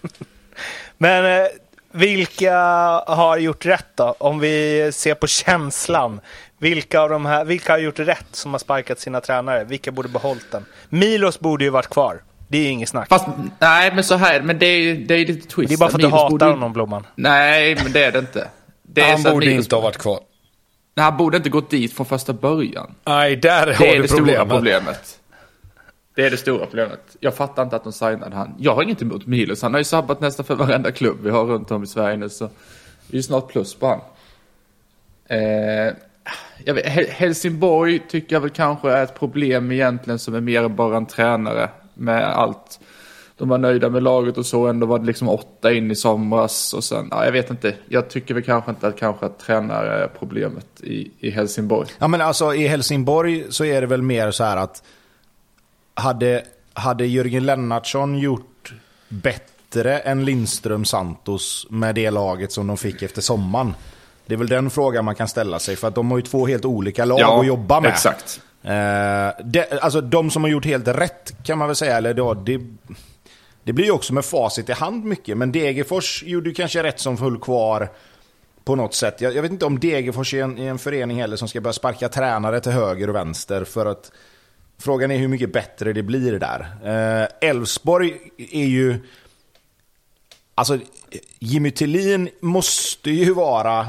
Men eh, vilka har gjort rätt då? Om vi ser på känslan. Vilka av de här, vilka har gjort rätt som har sparkat sina tränare? Vilka borde behållit den? Milos borde ju varit kvar. Det är ju inget snack. Fast, nej, men så här, men det är ju det är lite twist. Det är bara för att du Milos hatar borde... honom, Blomman. Nej, men det är det inte. Det är Han så borde Milos... inte ha varit kvar. Nej, han borde inte gått dit från första början. Nej, där Det har är du det problemet. stora problemet. Det är det stora problemet. Jag fattar inte att de signade han. Jag har inget emot Milos. Han har ju sabbat nästan för varenda klubb vi har runt om i Sverige nu. Så det är ju snart plus på han. Eh, jag vet, Helsingborg tycker jag väl kanske är ett problem egentligen som är mer än bara en tränare. Med allt. De var nöjda med laget och så. Ändå var det liksom åtta in i somras. Och sen, ja, jag vet inte. Jag tycker väl kanske inte att kanske att tränare är problemet i, i Helsingborg. Ja, men alltså i Helsingborg så är det väl mer så här att Hade, hade Jörgen Lennartsson gjort bättre än Lindström Santos med det laget som de fick efter sommaren? Det är väl den frågan man kan ställa sig, för att de har ju två helt olika lag ja, att jobba med. Exakt. Eh, det, alltså de som har gjort helt rätt kan man väl säga, eller då, det, det blir ju också med facit i hand mycket, men Degerfors gjorde ju kanske rätt som full kvar på något sätt. Jag, jag vet inte om Degerfors är en, är en förening heller som ska börja sparka tränare till höger och vänster, för att frågan är hur mycket bättre det blir där. Elfsborg eh, är ju... Alltså, Jimmy Thelin måste ju vara...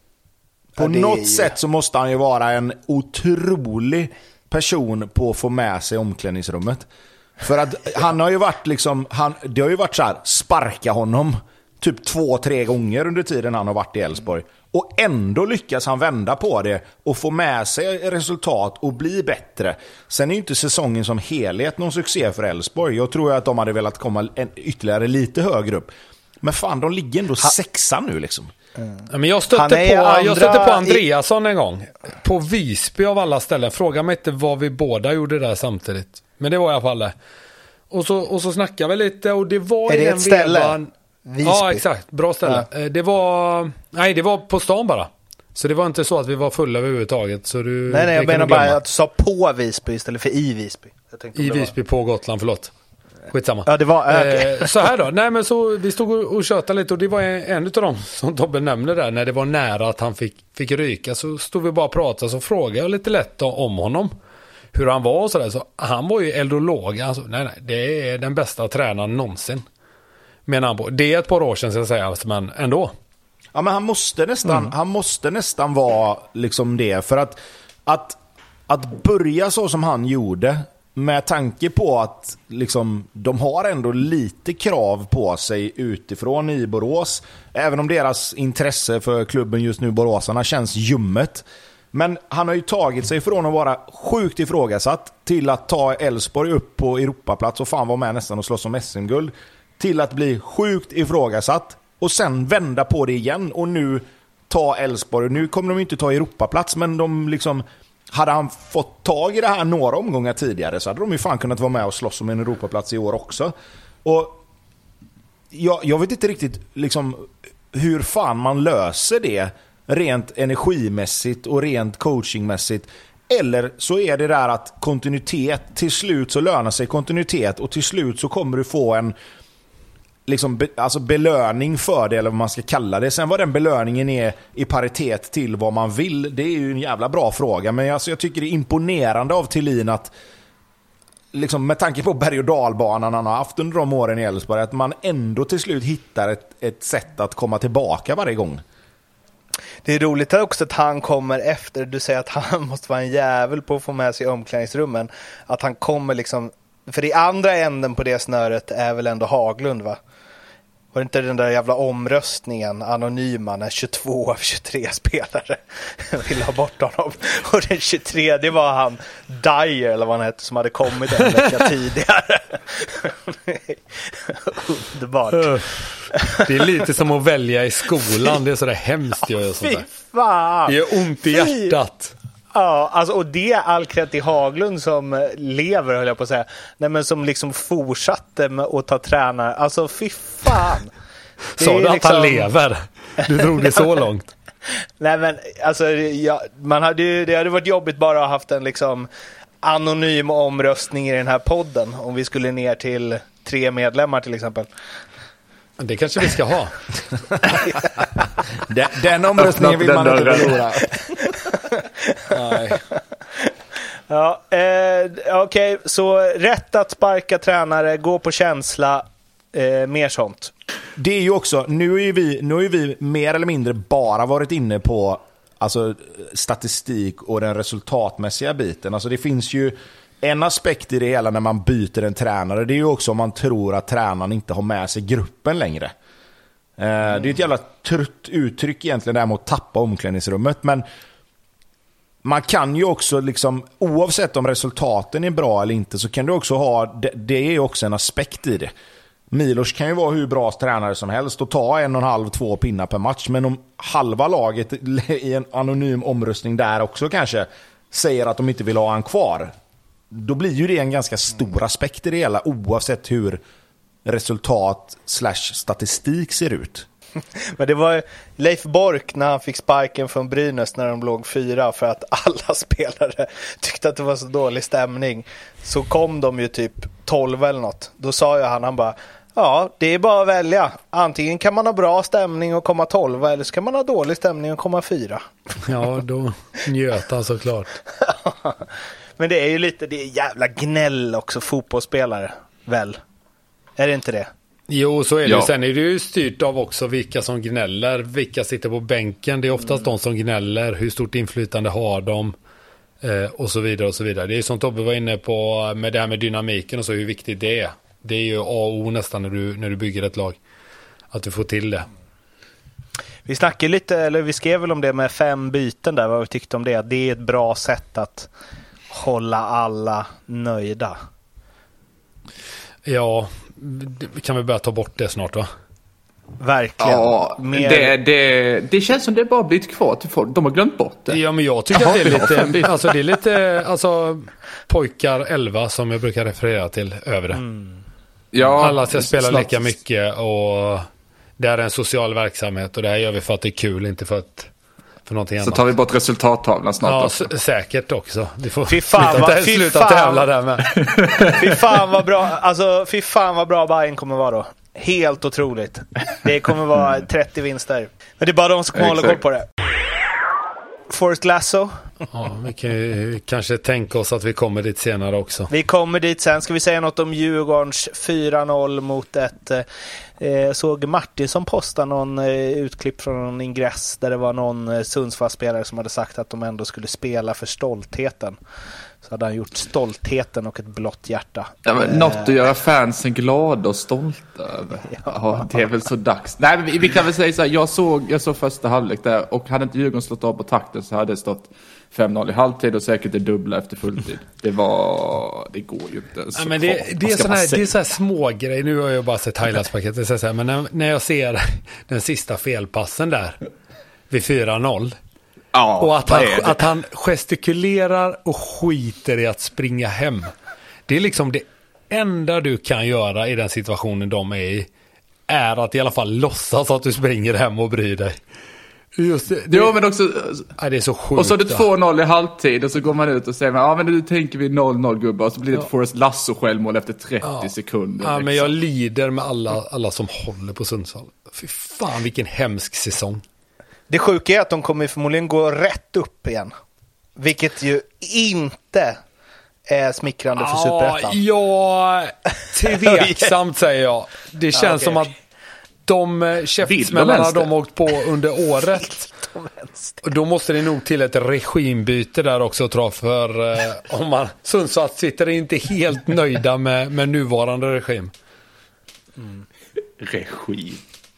På ja, något ju... sätt så måste han ju vara en otrolig person på att få med sig omklädningsrummet. För att han har ju varit liksom... Han, det har ju varit så här, sparka honom typ två, tre gånger under tiden han har varit i Elfsborg. Och ändå lyckas han vända på det och få med sig resultat och bli bättre. Sen är ju inte säsongen som helhet någon succé för Elfsborg. Jag tror att de hade velat komma en, ytterligare lite högre upp. Men fan, de ligger ändå ha... sexa nu liksom. Mm. Ja, men jag stötte, på, andra... jag stötte på Andreasson en gång. På Visby av alla ställen. Fråga mig inte vad vi båda gjorde där samtidigt. Men det var i alla fall det. Och så, och så snackade vi lite och det var... Är det ett ställe? Vevan... Visby. Ja, exakt. Bra ställe. Ja. Det var... Nej, det var på stan bara. Så det var inte så att vi var fulla överhuvudtaget. Så du, nej, nej, jag menar bara att du sa på Visby istället för i Visby. Jag I Visby var... på Gotland, förlåt. Skitsamma. Ja, det var... Okay. Eh, så här då. Nej, men så vi stod och, och tjötade lite och det var en, en av dem som Tobbe nämnde där. När det var nära att han fick, fick ryka så stod vi bara och pratade. Så frågade jag lite lätt då, om honom. Hur han var och sådär. Så han var ju eldolog. Alltså, nej, nej. Det är den bästa tränaren någonsin. Men han på. Det är ett par år sedan, ska jag säga, men ändå. Ja, men han måste nästan, mm. han måste nästan vara liksom det. För att, att, att börja så som han gjorde med tanke på att liksom, de har ändå lite krav på sig utifrån i Borås, även om deras intresse för klubben just nu, Boråsarna, känns ljummet. Men han har ju tagit sig från att vara sjukt ifrågasatt till att ta Elfsborg upp på Europaplats och fan var med nästan och slåss om S M-guld, till att bli sjukt ifrågasatt och sen vända på det igen och nu ta Elfsborg. Nu kommer de inte ta Europaplats, men de liksom, hade han fått tag i det här några omgångar tidigare så hade de ju fan kunnat vara med och slåss om en Europaplats i år också. Och jag, jag vet inte riktigt liksom hur fan man löser det rent energimässigt och rent coachingmässigt. Eller så är det där att kontinuitet, till slut så lönar sig kontinuitet och till slut så kommer du få en liksom be, alltså belöning för det, eller vad man ska kalla det. Sen vad den belöningen är i paritet till vad man vill, det är ju en jävla bra fråga. Men alltså, jag tycker det är imponerande av Thelin att liksom, med tanke på berg- och dalbanan han har haft under de åren i Elfsborg, att man ändå till slut hittar ett, ett sätt att komma tillbaka varje gång. Det är roligt också att han kommer efter, du säger att han måste vara en jävel på att få med sig omklädningsrummen, att han kommer liksom, för i andra änden på det snöret är väl ändå Haglund, va? Var det inte den där jävla omröstningen anonyma när tjugotvå av tjugotre spelare ville ha bort honom, och den tjugotredje var han Dyer eller vad han hette som hade kommit en vecka tidigare. Underbart. Det är lite som att välja i skolan. Det är sådär hemskt. Jag Fy fan. Det gör ont i hjärtat. Ja, alltså, och det är all cred till Haglund som lever, höll jag på att säga. Nej, men som liksom fortsatte med att ta tränare. Alltså, fy fan. Sa du att liksom... han lever? Du drog det så långt. Nej, men alltså, ja, man hade ju, det hade varit jobbigt bara att ha haft en liksom anonym omröstning i den här podden. Om vi skulle ner till tre medlemmar till exempel. Det kanske vi ska ha. den, den omröstningen vill man inte förlora. Nej. Ja, eh, okej, okay, så rätt att sparka tränare, gå på känsla, eh, mer sånt. Det är ju också, nu är ju vi, nu är vi mer eller mindre bara varit inne på alltså, statistik och den resultatmässiga biten. Alltså det finns ju en aspekt i det hela när man byter en tränare, det är ju också om man tror att tränaren inte har med sig gruppen längre. Eh, mm. Det är ett jävla trött uttryck egentligen där med att tappa omklädningsrummet, men man kan ju också liksom, oavsett om resultaten är bra eller inte, så kan du också ha, det, det är ju också en aspekt i det. Milos kan ju vara hur bra tränare som helst och ta en och en halv, två pinnar per match, men om halva laget i en anonym omröstning där också kanske säger att de inte vill ha han kvar, då blir ju det en ganska stor aspekt i det hela, oavsett hur resultat slash statistik ser ut. Men det var Leif Bork när han fick sparken från Brynäs när de låg fyra för att alla spelare tyckte att det var så dålig stämning. Så kom de ju typ tolv eller något. Då sa ju han, han bara, ja, det är bara att välja. Antingen kan man ha bra stämning och komma tolv, eller så kan man ha dålig stämning och komma fyra. Ja, då njöt han såklart. Men det är ju lite, det är jävla gnäll också, fotbollsspelare, väl? Är det inte det? Jo, så är det. Ja. Sen är det ju styrt av också vilka som gnäller, vilka sitter på bänken. Det är oftast mm. de som gnäller, hur stort inflytande har de eh, och så vidare och så vidare. Det är ju som Tobbe var inne på med det här med dynamiken och så, hur viktigt det är. Det är ju A och O nästan när du, när du bygger ett lag, att du får till det. Vi snackade lite, eller vi skrev väl om det med fem byten där, vad vi tyckte om det. Det är ett bra sätt att hålla alla nöjda. Ja, vi kan väl börja ta bort det snart, va? Verkligen. Ja, Mer... det, det, det känns som det bara blivit kvar till folk. De har glömt bort det. Ja, men jag tycker Jaha, att det är lite, alltså det är lite, alltså pojkar elva som jag brukar referera till övre. Mm. Ja, alla ska spela snart. lika mycket och det är en social verksamhet och det här gör vi för att det är kul, inte för att för någonting så annat. tar vi bort resultattavlan snart. Ja, också. s- säkert också. Vi får fy fan, sluta, va, fy sluta fan. tävla där med. Fy fan vad bra, alltså fy fan vad bra Bayern kommer vara då. Helt otroligt. Det kommer vara trettio vinster. Men det är bara de som kommer hålla koll på det. Forrest Lasso Ja, vi kan ju kanske tänka oss att vi kommer dit senare också. Vi kommer dit sen. Ska vi säga något om Djurgårdens fyra noll mot ett... Eh, såg Martin som postade någon eh, utklipp från någon ingress där det var någon eh, Sundsvallsspelare som hade sagt att de ändå skulle spela för stoltheten. Så hade han gjort stoltheten och ett blått hjärta. Ja, men något att göra fansen glada och stolta över. Ja. Ja, det är väl så dags. Nej, men vi, vi kan väl säga så här, jag såg, jag såg första halvlek där och hade inte Djurgården slått av på takten så hade det stått fem noll i halvtid och säkert det dubbla efter fulltid. Det var, det går ju inte. Ja, men det, det är såna här, det är så här små grejer. Nu har jag bara sett highlights-paketet så här, men när, när jag ser den sista felpassen där vid fyra noll. Ja, och att han, att han gestikulerar och skiter i att springa hem. Det är liksom det enda du kan göra i den situationen de är i, är att i alla fall låtsas att du springer hem och bryr dig. Just det, det, jo, men också, ja, det är så sjukt. och så är det två noll i halvtid och så går man ut och säger ja men nu tänker vi noll noll gubbar och så blir det ja. ett Forrest Lasso självmål efter trettio ja. sekunder. Ja, liksom. men jag lider med alla, alla som håller på Sundsvall. Fy fan vilken hemsk säsong. Det sjuka är att de kommer förmodligen gå rätt upp igen. Vilket ju inte är smickrande för Superettan. Ja, tveksamt säger jag. Det känns ja, okay. som att de käftsmällarna de åkt på under året. Då måste det nog till ett regimbyte där också, tror jag, för eh, om man Sundsvall sitter inte helt nöjda med, med nuvarande regim. Mm. Regim.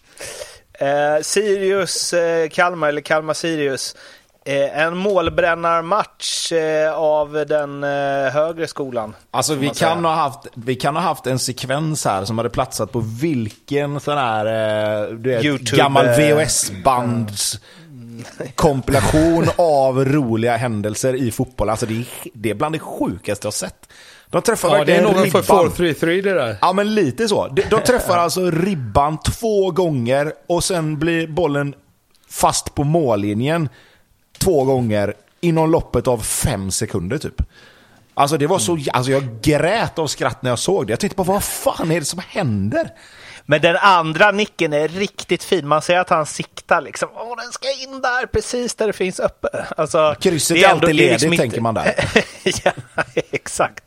Eh, Sirius eh, Kalmar eller Kalmar Sirius. Eh, en målbrännarmatch eh, av den eh, högre skolan. Alltså vi kan, ha haft, vi kan ha haft en sekvens här som hade platsat på vilken sån här eh, du vet, YouTube, gammal V H S-bands kompilation av roliga händelser i fotboll. Alltså det är, det är bland det sjukaste jag har sett. De träffar ja, det är någon för fyra tre tre det där. Ja, men lite så. De, de träffar alltså ribban två gånger och sen blir bollen fast på mållinjen två gånger inom loppet av fem sekunder typ. Alltså det var så, alltså jag grät av skratt när jag såg det. Jag tänkte på vad fan är det som händer? Men den andra nicken är riktigt fin. Man ser att han siktar liksom. Åh, den ska in där, precis där det finns uppe. Alltså, krysset är alltid ledigt, liksom tänker man där. Ja, exakt.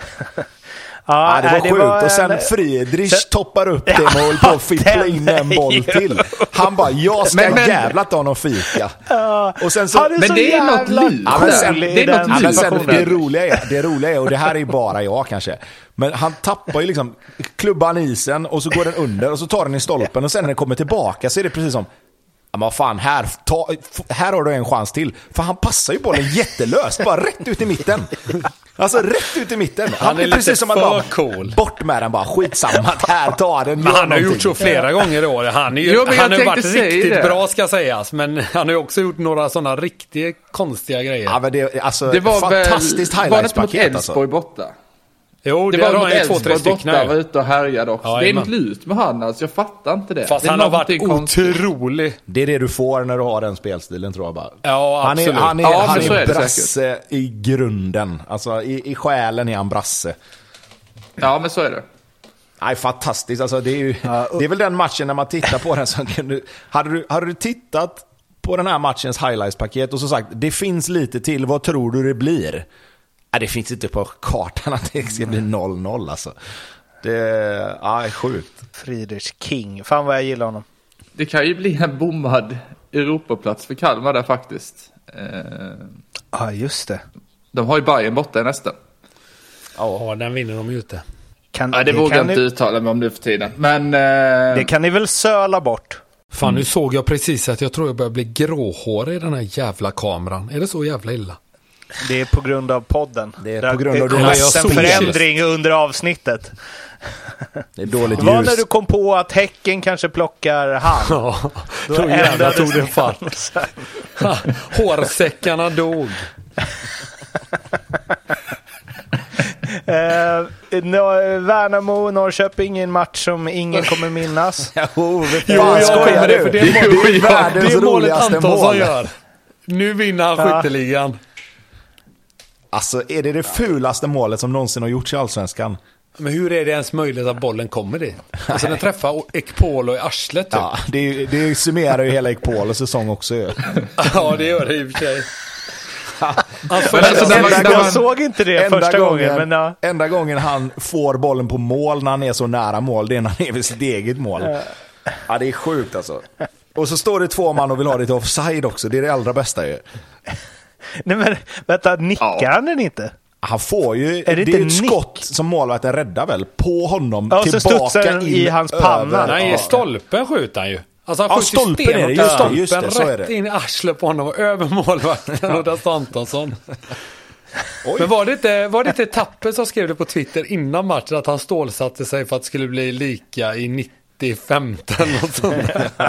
Ja, ja, det var nej, sjukt. Det var och sen en... Friedrich sen... toppar upp det och håller på att fippla in en boll till. Han bara, jag ska men, men... jävla ta någon fika. Ja. Och sen så... Ja, det är, men så det är något liv. Ja, men sen, det, är något liv. Sen, det, roliga är, det roliga är, och det här är bara jag kanske, men han tappar ju liksom klubban isen och så går den under och så tar den i stolpen och sen när den kommer tillbaka så är det precis som ja, men fan, här, ta, här har du en chans till. För han passar ju bollen jättelöst, bara rätt ut i mitten. Alltså rätt ut i mitten. Han, han är precis lite som för bara, cool. Bort med den bara, skitsamma, här, ta den. Men han har någonting. Gjort så flera gånger i år. Han, är ju, jo, han har ju varit riktigt det. bra ska sägas. Men han har ju också gjort några sådana riktigt konstiga grejer. Ja, men det, alltså, det var fantastiskt highlights-paket. Alltså. Var det borta? Jo, det, det var har ju två, tre stycken. Han var ute och härjade också. Ja, det är något lut med han, alltså. Jag fattar inte det. Fast det han har varit otrolig. Det är det du får när du har den spelstilen, tror jag bara. Ja, absolut. Han är, han är, ja, han är, är brasse i grunden. Alltså i, i själen är han brasse. Ja, men så är det. Nej, fantastiskt. Alltså, det, är ju, ja, och... det är väl den matchen när man tittar på den som kan du, hade, du, hade du tittat på den här matchens highlights-paket och så sagt, det finns lite till, vad tror du det blir? Nej, det finns inte på kartan att det ska bli noll noll alltså. Det är sjukt. Friedrich King. Fan vad jag gillar honom. Det kan ju bli en bommad Europaplats för Kalmar där faktiskt. Ja, eh, ah, just det. De har ju Bayern borta i nästa. Ja, den vinner de ju inte. Kan, ja, det, det vågar jag inte ni... uttala mig om nu för tiden. Men, eh... det kan ni väl söla bort. Fan, mm. nu såg jag precis att jag tror jag börjar bli gråhårig i den här jävla kameran. Är det så jävla illa? Det är på grund av podden. Det är på grund av det är en förändring under avsnittet. Det är dåligt ljus. Det var när du kom på att Häcken kanske plockar han. Ja, då, då jävla tog det fan. Hårsäckarna dog. Uh, Värnamo, Norrköping, en match som ingen kommer minnas. Jo, jo jag kommer det, för det är, mål, det är världens det är målet Antonsson gör. Nu vinner han ja. skytteligan. Alltså, är det det fulaste målet som någonsin har gjorts i Allsvenskan? Men hur är det ens möjligt att bollen kommer dit? Alltså den träffar Ekpolo i arslet typ. Ja, det, det summerar ju hela Ekpolos säsong också. Ja, det gör det i och för sig. Alltså, Men alltså, enda, enda jag gången- såg inte det enda första gången. gången, Men, ja. enda gången han får bollen på mål när han är så nära mål, det är när han är vid sitt eget mål. Ja, det är sjukt alltså. Och så står det två man och vill ha det till offside också. Det är det allra bästa ju. Nej, men vänta, nickar Ja. han den inte? Han får ju, det det, inte är ju ett nick? skott som målvakten räddar väl, på honom, Ja, och så tillbaka studsar den in i hans panna. över. Nej, Ja. stolpen skjuter han ju. Alltså han Ja, skjuter stolpen stenhårt är det, där. just det, Stolpen just det, så är rätt det. in i arslet på honom och över målvakten och där står Antonsson. Oj. Men var det inte, var det inte Tapper som skrev det på Twitter innan matchen att han stålsatte sig för att det skulle bli lika i nittio femton och sånt.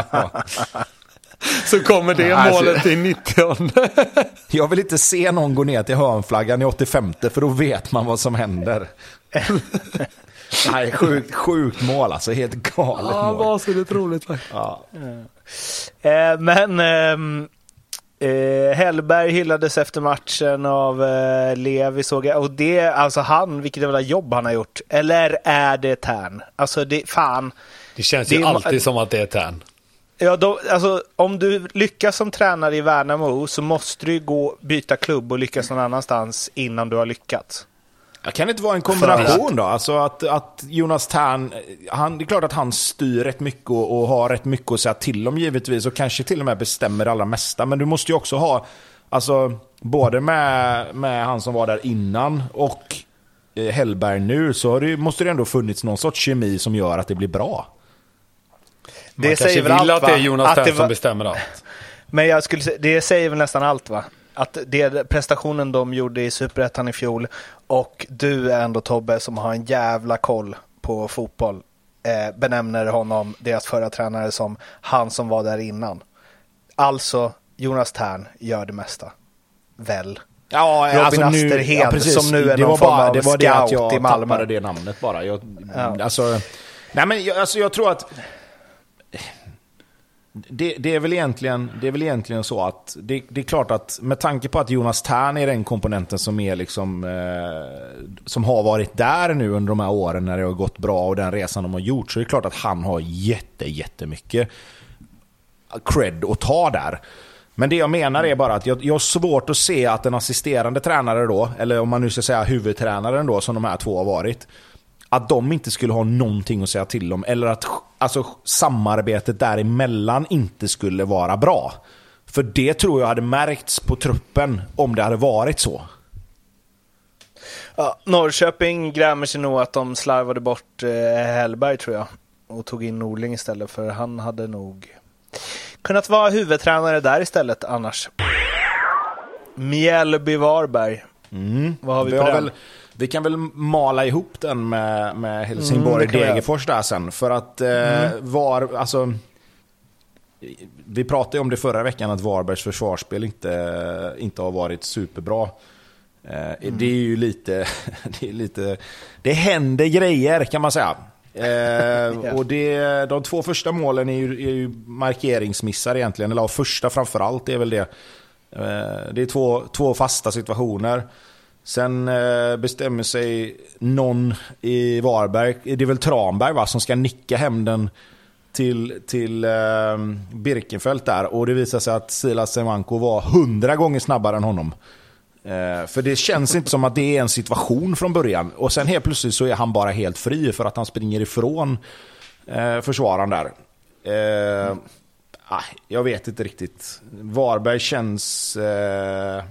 Så kommer det Alltså- målet i nittionde. Jag vill inte se någon gå ner till hörnflaggan i åttiofemte, för då vet man vad som händer. Nej, sjukt, sjukt mål alltså, helt galet Ja, mål. var så det troligt faktiskt. Ja. Eh, men ehm, eh, Hellberg hyllades efter matchen av eh, Levi, såg jag. Och det, alltså han, vilket jävla jobb han har gjort. Eller är det Tern? Alltså det, fan. Det känns Det ju är- alltid som att det är Tern. Ja, då, alltså, om du lyckas som tränare i Värnamo så måste du ju gå byta klubb och lyckas någon annanstans innan du har lyckats. Kan det inte vara en kombination då? Alltså att, att Jonas Tern, han, det är klart att han styr rätt mycket och, och har rätt mycket att säga till om givetvis, och kanske till och med bestämmer det allra mesta. Men du måste ju också ha, alltså både med, med han som var där innan och eh, Hellberg nu, så har det, måste det ändå funnits någon sorts kemi som gör att det blir bra. Man Det kanske säger väl vill allt, att det är va? Jonas Att det Tern som var- bestämmer allt. Men jag skulle säga, det säger väl nästan allt, va? Att det prestationen de gjorde i Superettan i fjol, och du är ändå Tobbe som har en jävla koll på fotboll, eh, benämner honom, deras förra tränare, som han som var där innan. Alltså, Jonas Tern gör det mesta. Väl? Ja, Robin Asterhed, som nu är det någon var form bara, av det var det att scout jag i Malmö. tappade det namnet bara. Jag, Ja. alltså, nej men jag, alltså, jag tror att det, det, är väl egentligen, det är väl egentligen så att det, det är klart att med tanke på att Jonas Tern är den komponenten som är liksom eh, som har varit där nu under de här åren när det har gått bra och den resan de har gjort, så är det klart att han har jätte, jättemycket cred att ta där. Men det jag menar är bara att jag, jag har svårt att se att en assisterande tränare då, eller om man nu ska säga huvudtränaren då, som de här två har varit, att de inte skulle ha någonting att säga till om, eller att alltså, samarbetet däremellan inte skulle vara bra. För det tror jag hade märkts på truppen om det hade varit så. Ja, Norrköping grämer sig nog att de slarvade bort eh, Hellberg, tror jag, och tog in Norling istället, för han hade nog kunnat vara huvudtränare där istället annars. Mjällby Varberg. Mm. Vad har vi vi, på har den? väl, vi kan väl mala ihop den med, med Helsingborg Mm, det kan vi Degerfors där sen. För att eh, Mm. var, alltså, vi pratade ju om det förra veckan, att Varbergs försvarsspel inte, inte har varit superbra. Eh, Mm. Det är ju lite, det är lite, det händer grejer kan man säga. Eh, och det, de två första målen är ju, är ju markeringsmissar egentligen, eller ja, första framförallt är väl det. Eh, det är två, två fasta situationer. Sen eh, bestämmer sig någon i Varberg, det är väl Tranberg va, som ska nicka hem den till, till eh, Birkenfält där, och det visar sig att Silas Semanko var hundra gånger snabbare än honom. Eh, för det känns inte som att det är en situation från början, och sen helt plötsligt så är han bara helt fri för att han springer ifrån eh, försvararen där. Eh, ah, jag vet inte riktigt. Varberg känns... Eh,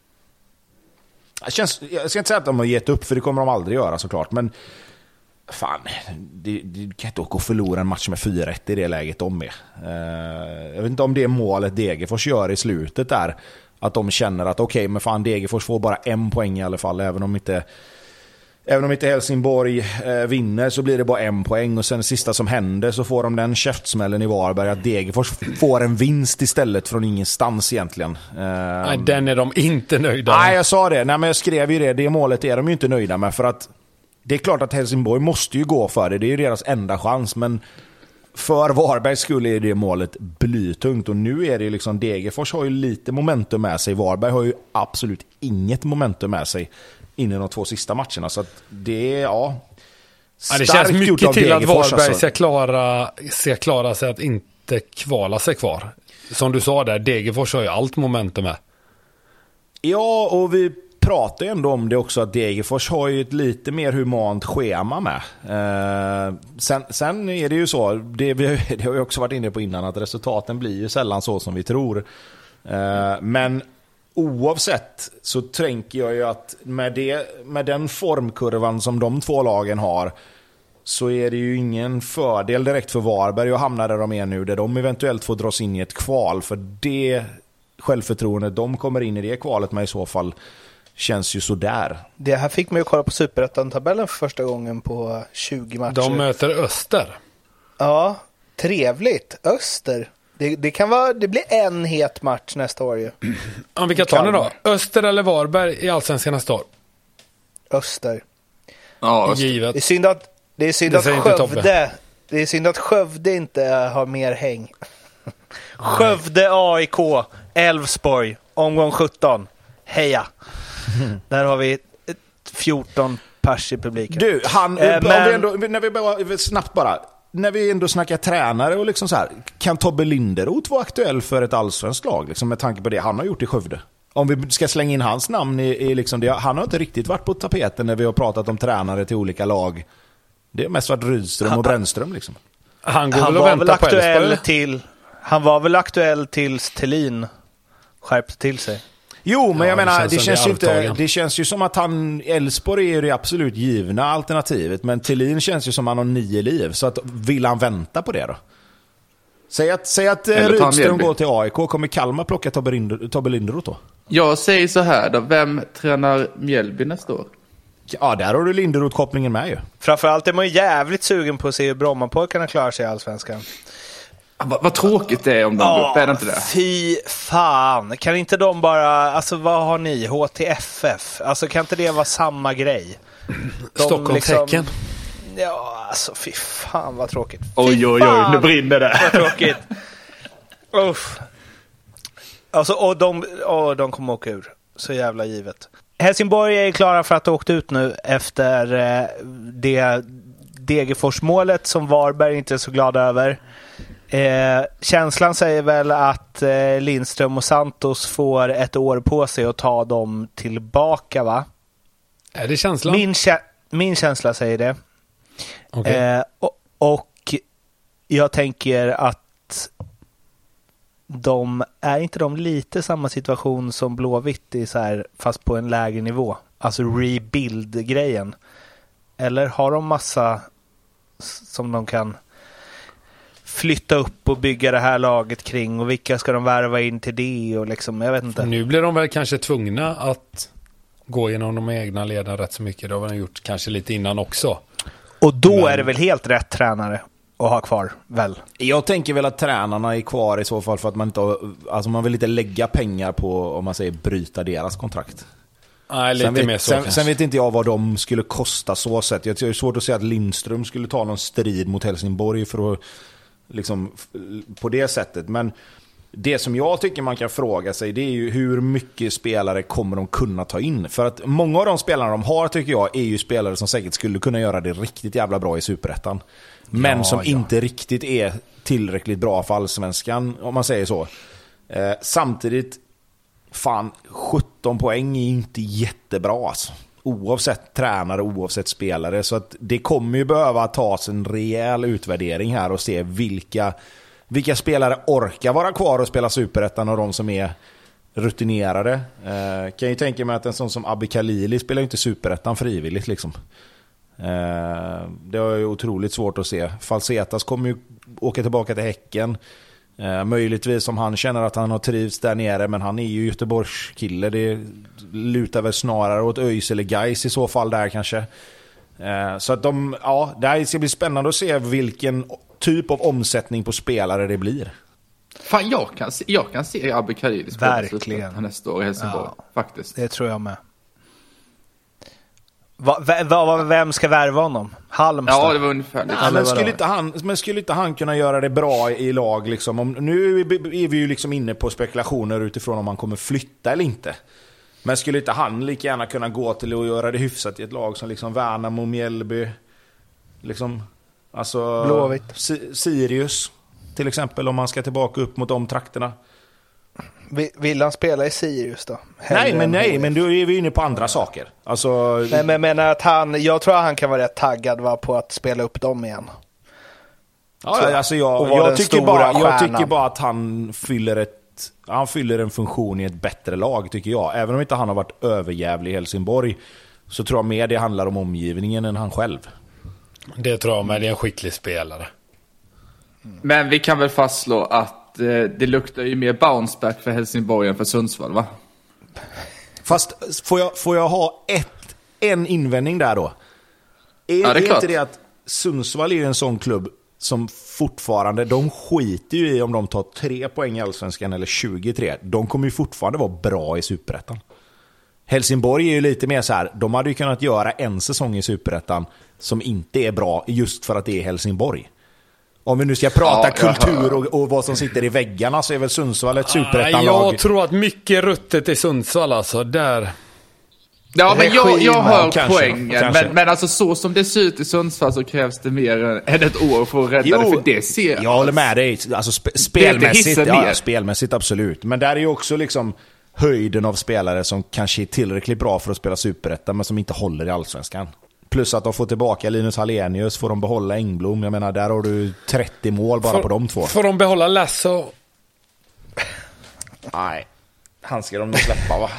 känns jag ska inte säga att de har gett upp, för det kommer de aldrig göra såklart, men fan, det, det kan inte åka och förlora en match med fyra ett i det läget de är. Eh, jag vet inte om det är målet Degerfors gör i slutet där, att de känner att okej, okay, men fan, Degerfors får bara en poäng i alla fall, även om inte även om inte Helsingborg eh, vinner så blir det bara en poäng, och sen det sista som händer så får de den käftsmällen i Varberg att Degerfors får en vinst istället från ingenstans egentligen. Eh, Nej, den är de inte nöjda med. Nej, jag sa det. Nej, men jag skrev ju det. Det målet är de ju inte nöjda med, för att det är klart att Helsingborg måste ju gå för det. Det är ju deras enda chans, men för Varberg skulle är det målet blytungt, och nu är det liksom Degerfors har ju lite momentum med sig. Varberg har ju absolut inget momentum med sig in i de två sista matcherna, så att det är ja, Ja, det känns mycket till att Varberg alltså. ska, klara, ska klara sig att inte kvala sig kvar. Som du sa där, Degerfors har ju allt momentum med. Ja, och vi pratar ju ändå om det också att Degerfors har ju ett lite mer humant schema med. Eh, sen, sen är det ju så, det, vi, det har vi också varit inne på innan, att resultaten blir ju sällan så som vi tror. Eh, men oavsett så tänker jag ju att med, det, med den formkurvan som de två lagen har, så är det ju ingen fördel direkt för Varberg att hamna där de är nu, där de eventuellt får dras in i ett kval. För det självförtroendet de kommer in i det kvalet med i så fall känns ju sådär. Det här fick mig att kolla på Superettan-tabellen för första gången på tjugo matcher. De möter Öster. Ja, trevligt. Öster. Det, det kan vara, det blir en het match nästa år ju. Ja, vilka tar ni då? Öster eller Varberg i Allsvenskan nästa år? Öster. Ja, Givet. Det är synd att, det är synd Det att säger inte Tobbe. Skövde, det är synd att Skövde inte har mer häng. Skövde, A I K, Elfsborg, omgång sjutton. Heja. Där har vi fjorton pers i publiken. Du, han, Eh, om men- vi ändå, när vi bara, snabbt bara, när vi ändå snackar tränare och liksom så här, kan Tobbe Linderoth vara aktuell för ett allsvenskt lag liksom, med tanke på det han har gjort i Skövde? Om vi ska slänga in hans namn i, i liksom det, han har inte riktigt varit på tapeten när vi har pratat om tränare till olika lag. Det har mest varit Rydström och Brännström liksom. Han går Han väl och var väl väntar på aktuell Elfsborg? till Han var väl aktuell tills Thelin skärpte till sig. Jo, men Ja, jag det menar, känns det som känns, det är ju inte, arvtagen. det känns ju som att han, Elfsborg är ju det absolut givna alternativet, men Thelin känns ju som att han har nio liv, så att, vill han vänta på det då? Säg att, säg att eh, Eller ta Rydström Mjällby. går till A I K, kommer Kalmar plocka Tobbe Linder- Tobbe Linderoth då? Jag säger så här då, vem tränar Mjällby nästa år? Ja, där har du Linderoth-kopplingen med ju. Framförallt är man ju jävligt sugen på att se hur Brommapojkarna klarar sig i Allsvenskan. Ah, Vad, vad tråkigt det är om de går upp, är det inte det? Fy fan. Kan inte de bara, alltså vad har ni? H T F F? Alltså kan inte det vara samma grej? De Stockholmshäcken. Ja, alltså fy fan vad tråkigt. Fy Oj, oj, oj, fan, nu brinner det. vad tråkigt. Uff. Alltså, och de, och de kommer åka ur. Så jävla givet. Helsingborg är klara för att ha åkt ut nu efter eh, det Degerfors-målet som Varberg inte är så glada över. Eh, känslan säger väl att eh, Lindström och Santos får ett år på sig att ta dem tillbaka, va? Är det känslan? Min, kä- min känsla säger det. Okej. Eh, och, och jag tänker att de är inte de lite samma situation som Blåvitt i så här, fast på en lägre nivå. Alltså rebuild-grejen. Eller har de massa som de kan flytta upp och bygga det här laget kring, och vilka ska de värva in till det, och liksom, jag vet inte. Nu blir de väl kanske tvungna att gå genom de egna leden rätt så mycket. Det har de gjort kanske lite innan också. Och då Men- är det väl helt rätt tränare att ha kvar, väl? Jag tänker väl att tränarna är kvar i så fall för att man inte har, alltså man vill inte lägga pengar på, om man säger, bryta deras kontrakt. Nej, lite Sen vet, mer så sen, kanske. sen vet inte jag vad de skulle kosta så sett. Jag tror det är svårt att säga att Lindström skulle ta någon strid mot Helsingborg för att liksom f- på det sättet. Men det som jag tycker man kan fråga sig, det är ju hur mycket spelare kommer de kunna ta in? För att många av de spelarna de har, tycker jag, är ju spelare som säkert skulle kunna göra det riktigt jävla bra i Superettan. Men Ja, som ja. inte riktigt är tillräckligt bra för Allsvenskan, om man säger så. Eh, samtidigt, fan, sjutton poäng är inte jättebra alltså. Oavsett tränare, oavsett spelare. Så att det kommer ju behöva tas en rejäl utvärdering här och se vilka, vilka spelare orkar vara kvar och spela Superettan och de som är rutinerade. Eh, kan ju tänka mig att en sån som Abbe Khalili spelar ju inte Superettan frivilligt liksom. Eh, det är ju otroligt svårt att se. Falsetas kommer ju åka tillbaka till Häcken. Eh, möjligtvis om han känner att han har trivts där nere, men han är ju Göteborgs kille. Det lutar väl snarare åt ÖIS eller Gais i så fall där kanske. Eh, så att de, ja, det här ska bli spännande att se vilken typ av omsättning på spelare det blir. Fan, jag kan se, jag kan se Abbe Khalili spela Verkligen. nästa år i Helsingborg, Ja. faktiskt. Det tror jag med. Va, va, va, vem ska värva honom? Halmstad? Ja, det var ungefär lite. Ja, men, vadå? skulle inte han, men skulle inte han kunna göra det bra i lag liksom? Om, nu är vi ju liksom inne på spekulationer utifrån om han kommer flytta eller inte. Men skulle inte han lika gärna kunna gå till att göra det hyfsat i ett lag som liksom Värnamo, Mjällby, liksom, alltså Blåvitt. Si- Sirius till exempel, om man ska tillbaka upp mot de trakterna. Vill han spela i Sirius då? Hellre Nej, men nej, H F. men då är vi inne på andra saker. Alltså... Nej, men jag menar att han, jag tror att han kan vara rätt taggad va, på att spela upp dem igen. Ja, alltså jag, Och var jag, den tycker stora bara, jag stjärnan. tycker bara att han fyller ett han fyller en funktion i ett bättre lag, tycker jag. Även om inte han har varit överjävlig i Helsingborg, så tror jag mer det handlar om omgivningen än han själv. Det tror jag med, det är en skicklig spelare. Men vi kan väl fastslå att eh, det luktar ju mer bounceback för Helsingborg än för Sundsvall, va? Fast får jag, får jag ha ett, en invändning där då? Är, Ja, det är är klart. inte det att Sundsvall är en sån klubb som fortfarande, de skiter ju i om de tar tre poäng i Allsvenskan eller tjugotre. De kommer ju fortfarande vara bra i Superettan. Helsingborg är ju lite mer så här, de hade ju kunnat göra en säsong i Superettan som inte är bra just för att det är Helsingborg. Om vi nu ska prata Ja, jag kultur hör. och, och vad som sitter i väggarna, så är väl Sundsvall ett Superettan-lag. Jag tror att mycket ruttet i Sundsvall alltså, där... Ja, men jag, Regim, jag hör kanske, poängen. kanske. Men, men alltså så som det ser ut i Sundsvall så krävs det mer än ett år för att rädda Jo, det. För det ser... jag håller med dig. Alltså spe, Det spelmässigt, hissar ja, ner. spelmässigt absolut. Men där är ju också liksom höjden av spelare som kanske är tillräckligt bra för att spela Superettan, men som inte håller i Allsvenskan. Plus att de får tillbaka Linus Hallenius, får de behålla Engblom. Jag menar, där har du trettio mål bara Får- på de två. Får de behålla Lasso? Nej, han ska de nog släppa, va?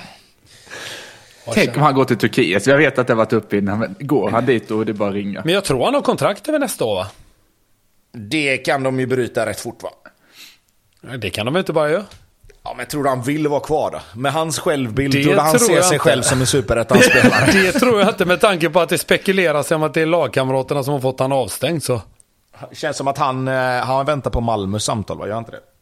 Tänk om han går till Turkiet. Jag vet att det har varit uppe innan, men går han dit och det är bara ringa. Men jag tror han har kontrakt över nästa år, va? Det kan de ju bryta rätt fort, va? Det kan de väl inte bara göra? Ja, men tror du han vill vara kvar då? Med hans självbild, Det tror du han tror ser jag sig inte. själv som en Superettan-spelare? Det tror jag inte, med tanke på att det spekuleras om att det är lagkamraterna som har fått han avstängd, så... Känns som att han, eh, han väntar på Malmös samtal, va? Gör han inte det?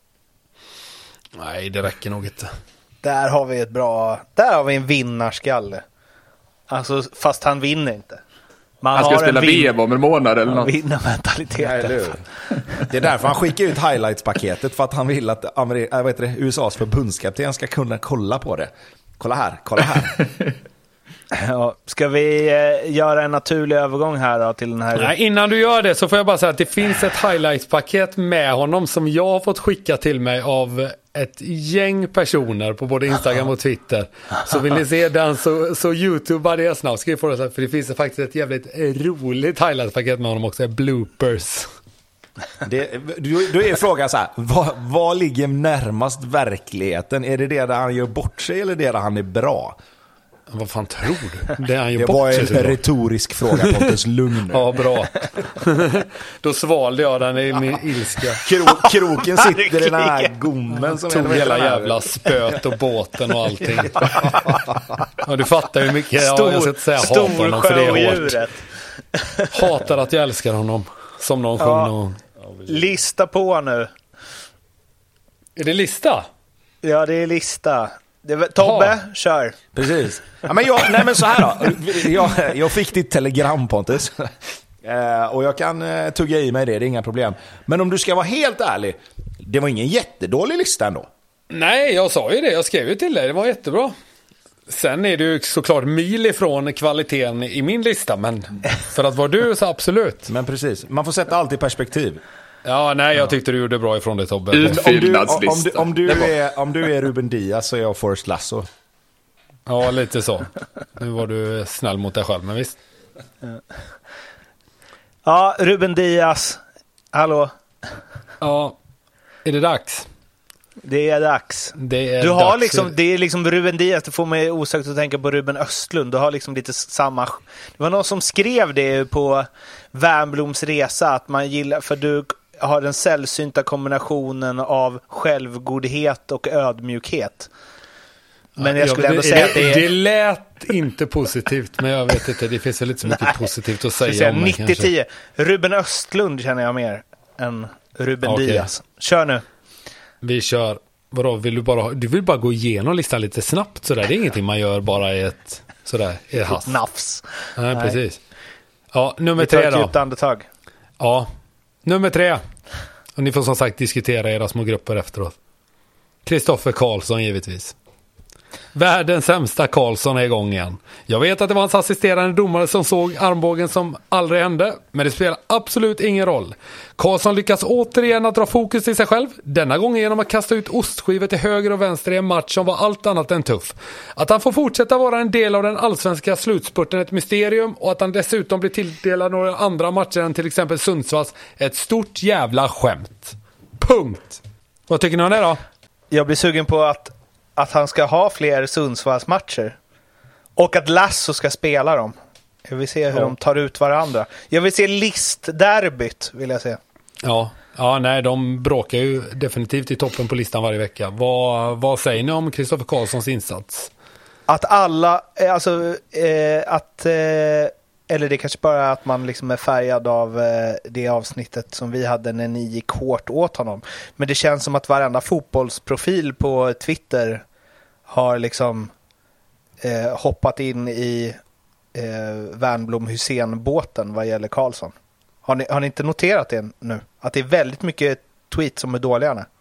Nej, det räcker nog inte. Där har vi ett bra, där har vi en vinnarskalle. Alltså, fast han vinner inte. Man Han ska har spela en vin- V M om en månad eller något. vinnarmentalitet. Ja, eller hur? Det är därför han skickar ut highlights-paketet, för att han vill att Amer- äh, vad heter det, U S A:s förbundskapten ska kunna kolla på det. Kolla här, kolla här. Ja, ska vi eh, göra en naturlig övergång här då, till den här? Nej, innan du gör det så får jag bara säga att det finns ett highlights-paket med honom som jag har fått skicka till mig av ett gäng personer på både Instagram och Twitter. Så vill ni se den så, så YouTubea det snabbt. Ska vi få det så här, för det finns faktiskt ett jävligt roligt highlights-paket med honom också. Bloopers. Det, då, då är frågan så här, vad, vad ligger närmast verkligheten? Är det det där han gör bort sig eller det där han är bra? Vad fan tror du? Det är han ju Det bort var sig en så bra. retorisk fråga, Pontus, lugn nu. Ja, bra. Då svalde jag den i min ilska. Kro, kroken sitter i den här gommen som Tog är hela jävla spöt och båten och allting. Ja, du fattar hur mycket ja, jag ska inte säga hatar honom för det är hårt. Storsjöodjuret. Hatar att jag älskar honom. Som någon sjöng någon gång. Lista på nu. Är det lista? Ja, det är lista. Det var, Tobbe, Jaha. kör. Precis. Ja, men jag, nej men så här då. Jag, jag fick ditt telegram, Pontus. Eh, och jag kan eh, tugga i mig det, det är inga problem. Men om du ska vara helt ärlig, det var ingen jättedålig lista ändå. Nej, jag sa ju det. Jag skrev ju till dig. Det var jättebra. Sen är det ju såklart mil ifrån kvaliteten i min lista. Men för att vara du så absolut. Men precis, man får sätta allt i perspektiv. Ja, nej, jag tyckte du gjorde bra ifrån det, Tobbe. Ut. Om du, om, om, Fyllnadslista. du, om, du Det var- är, om du är Ruben Diaz så är jag Forrest Lasso. Ja, lite så. Nu var du snäll mot dig själv, men visst. Ja, Ruben Diaz. Hallå, Ja, är det dags? det är dags. Det är Du har dags. liksom, det är liksom Ruben Diaz, det får mig osökt att tänka på Ruben Östlund. Du har liksom lite samma... Det var någon som skrev det på Wernbloms resa, att man gillar, för du har den sällsynta kombinationen av självgodhet och ödmjukhet. Men jag skulle Ja, ändå det, säga det, att det är... det lät inte positivt, men jag vet inte, det finns väl inte så mycket positivt att Ska säga säga om mig, nittio kanske. tio. Ruben Östlund känner jag mer än Ruben Okej. Diaz. Kör nu. Vi kör. Vadå, vill du bara ha- du vill bara gå igenom listan lite snabbt sådär. Det är ingenting man gör bara i ett sådär i ett hast. Nafs. Nej, Nej. precis. Ja, nummer Vi tar tre ett då. djupt andetag. Ja, nummer tre. Och ni får som sagt diskutera era små grupper efteråt. Kristoffer Karlsson givetvis. Världens sämsta Karlsson är igång igen. Jag vet att det var hans assisterande domare som såg armbågen som aldrig hände, men det spelar absolut ingen roll. Karlsson lyckas återigen att dra fokus till sig själv, denna gång genom att kasta ut ostskivor till höger och vänster i en match som var allt annat än tuff. Att han får fortsätta vara en del av den allsvenska slutspurten är ett mysterium, och att han dessutom blir tilldelad några andra matcher än till exempel Sundsvalls är ett stort jävla skämt. Punkt. Vad tycker ni om det då? Jag blir sugen på att att han ska ha fler Sundsvalls-matcher. Och att Lasso ska spela dem. Jag vill se hur ja. de tar ut varandra. Jag vill se listderbyt, vill jag se. Ja, ja nej, de bråkar ju definitivt i toppen på listan varje vecka. Vad, vad säger ni om Kristoffer Karlssons insats? Att alla, alltså, eh, att... Eh, eller det är kanske bara att man liksom är färgad av eh, det avsnittet som vi hade när ni gick hårt åt honom. Men det känns som att varenda fotbollsprofil på Twitter har liksom eh, hoppat in i eh, Wernbloom Hussein-båten vad gäller Karlsson. Har ni, har ni inte noterat det nu? Att det är väldigt mycket tweets som är dåliga nu.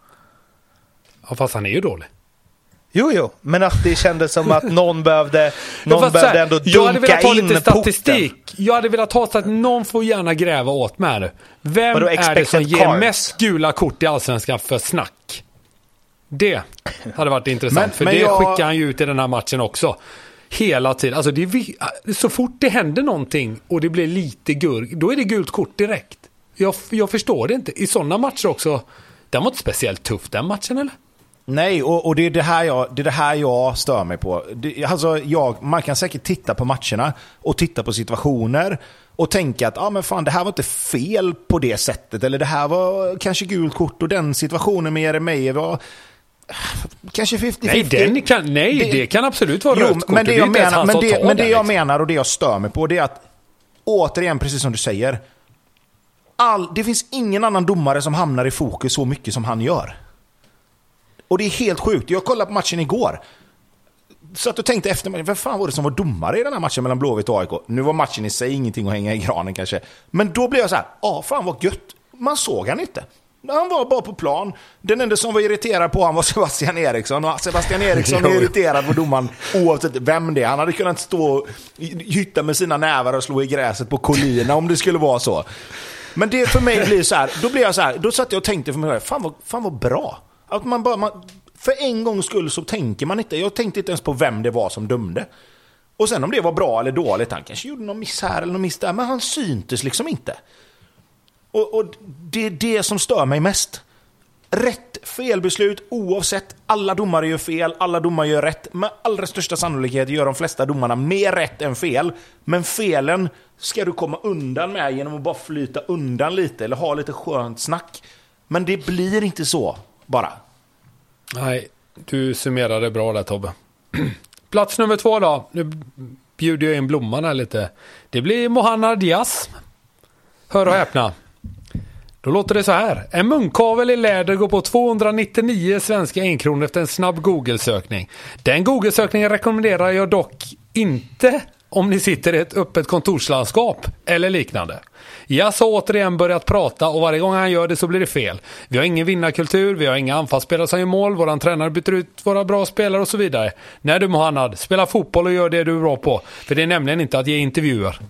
Ja, fast han är ju dålig. Jo, jo, men att det kändes som att någon behövde, någon ja, behövde ändå dunka jag hade velat ha in lite statistik. porten. Jag hade velat ha så att någon får gärna gräva åt med det. Vem Vadå, är det som ger cards? mest gula kort i Allsvenskan för snack? Det hade varit intressant. Men, för men det jag... skickar han ju ut i den här matchen också. Hela tiden. Alltså det är, så fort det händer någonting och det blir lite gurk, då är det gult kort direkt. Jag, jag förstår det inte. I sådana matcher också. Den var inte speciellt tuff den matchen, eller? Nej, och, och det, är det, här jag, det är det här jag stör mig på. Det, alltså jag, man kan säkert titta på matcherna och titta på situationer och tänka att ah, men fan, det här var inte fel på det sättet. Eller det här var kanske gult kort och den situationen med Jeremejeff var kanske femtio femtio. Nej, den kan, nej det, det kan absolut vara rött kort. Men det, jag menar, men det, men det jag liksom. menar och det jag stör mig på, det är att återigen, precis som du säger, all, det finns ingen annan domare som hamnar i fokus så mycket som han gör. Och det är helt sjukt. Jag kollade på matchen igår. Så att du tänkte efter mig, vem fan var det som var domare i den här matchen mellan Blåvitt och A I K? Nu var matchen i sig ingenting att hänga i granen kanske. Men då blev jag så här, ja fan vad gött. Man såg han inte. Han var bara på plan. Den enda som var irriterad på han var Sebastian Eriksson. Och Sebastian Eriksson är irriterad på domaren oavsett vem det är. Han hade kunnat stå och hytta med sina nävar och slå i gräset på Collina om det skulle vara så. Men det för mig blir så här, då blir jag så här, då satt jag och tänkte för mig, fan vad, fan vad bra. Att man bara, man, för en gångs skull så tänker man inte. Jag tänkte inte ens på vem det var som dömde. Och sen om det var bra eller dåligt, han kanske gjorde någon miss här eller någon miss där, men han syntes liksom inte. Och, och det är det som stör mig mest. Rätt felbeslut oavsett. Alla domare gör fel, alla domare gör rätt. Med allra största sannolikhet gör de flesta domarna mer rätt än fel. Men felen ska du komma undan med genom att bara flyta undan lite eller ha lite skönt snack. Men det blir inte så bara. Nej, du summerade bra där, Tobbe. Plats nummer två då. Nu bjuder jag in blomman här lite. Det blir Mohanad Diaz. Hör och häpna. Då låter det så här. En munkavel i läder går på tvåhundranittionio svenska enkronor efter en snabb Google-sökning. Den Google-sökningen rekommenderar jag dock inte om ni sitter i ett öppet kontorslandskap eller liknande. Jag har återigen börjat prata och varje gång han gör det så blir det fel. Vi har ingen vinnarkultur, vi har inga anfallsspelare som gör mål, våran tränare byter ut våra bra spelare och så vidare. Nej du Mohanad, spela fotboll och gör det du är bra på. För det är nämligen inte att ge intervjuer.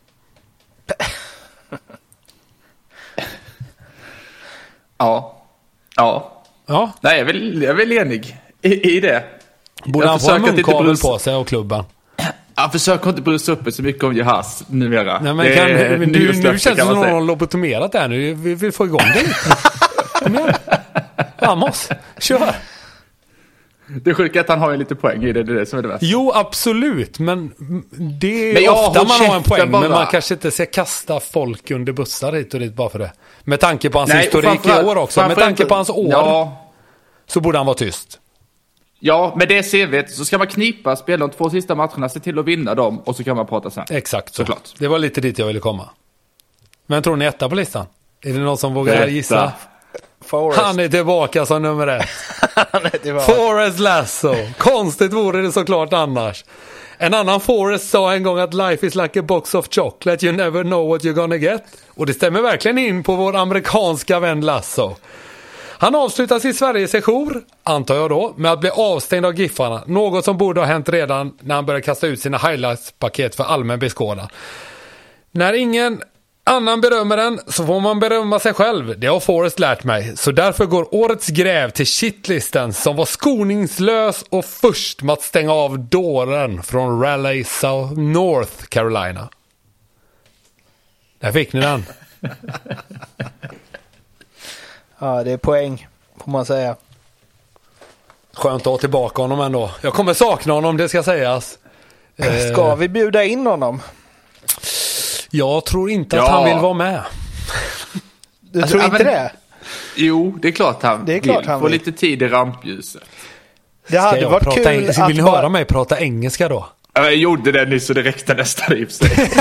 Ja. Ja. Ja. Nej, jag är väl, jag är väl enig i, i det. Borde han få en munkavel på sig och klubban? Jag försöker inte bryta upp så mycket om Jahas numera. Nej, men kan, det, men du, nu känns det som någon har lobotomerat där nu. Vi vill få igång det lite. Kom igen. Vamos. Kör. Det är sjukt att han har ju lite poäng i det. Det är det som är det värsta. Jo, absolut. Men det är men ofta man har en poäng. Bara. Men man kanske inte ska kasta folk under bussar hit och dit bara för det. Med tanke på hans Nej, historik i år också. Med tanke på hans år. Ja. Så borde han vara tyst. Ja, med det C V:t så ska man knipa, spela de två sista matcherna, se till att vinna dem och så kan man prata sen. Exakt så. Såklart. Det var lite dit jag ville komma. Men tror ni etta på listan? Är det någon som vågar etta. Gissa? Forrest. Han är tillbaka som nummer ett. Han är tillbaka. Forrest Lasso. Konstigt vore det såklart annars. En annan Forrest sa en gång att life is like a box of chocolate. You never know what you're gonna get. Och det stämmer verkligen in på vår amerikanska vän Lasso. Han avslutar sin Sverige-sejour, antar jag då, med att bli avstängd av Giffarna. Något som borde ha hänt redan när han började kasta ut sina highlights-paket för allmän beskådan. När ingen annan berömmer den så får man berömma sig själv. Det har Forrest lärt mig. Så därför går årets gräv till shitlisten som var skoningslös och först med att stänga av dåren från Raleigh, South North Carolina. Där fick ni den. Ja, det är poäng, får man säga. Skönt att ha tillbaka honom ändå. Jag kommer sakna honom, det ska sägas. Ska vi bjuda in honom? Jag tror inte Ja. att han vill vara med. Du Alltså, tror ja, inte men- det? Jo, det är klart han Det är klart vill. han Få vill. lite tid i rampljuset. Det Ska hade jag varit prata kul eng- att Vill ni bara... höra mig prata engelska då? Ja, jag gjorde det nyss så det räckte nästan i och för sig.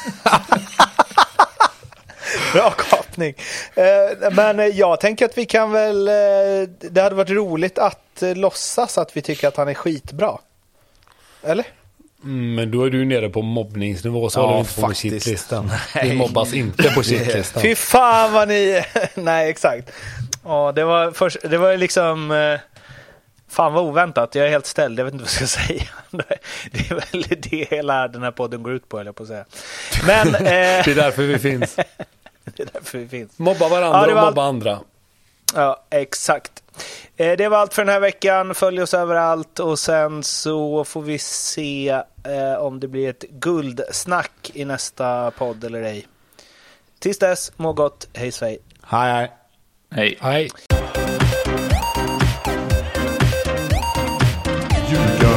Bra kapning. Eh, men jag tänker att vi kan väl... Eh, det hade varit roligt att eh, låtsas att vi tycker att han är skitbra. Eller? Mm, men då är du nere på mobbningsnivå så Ja, håller vi inte på med faktiskt. shitlistan. Vi mobbas inte på shitlistan. Fy fan vad ni... Nej, exakt. Ja, det var, först, det var liksom... Eh, fan vad oväntat. Jag är helt ställd. Jag vet inte vad jag ska säga. Det är väl det hela den här podden går ut på, eller på att säga. Men... Eh, Det är därför vi finns. det är därför vi finns. Mobba varandra Ja, det var och allt. mobba andra. Ja, exakt. Eh, Det var allt för den här veckan. Följ oss överallt och sen så får vi se eh, om det blir ett guldsnack i nästa podd eller ej. Tills dess, må gott. Hej svej. Hej, hej. Hej. Hej. Ljuga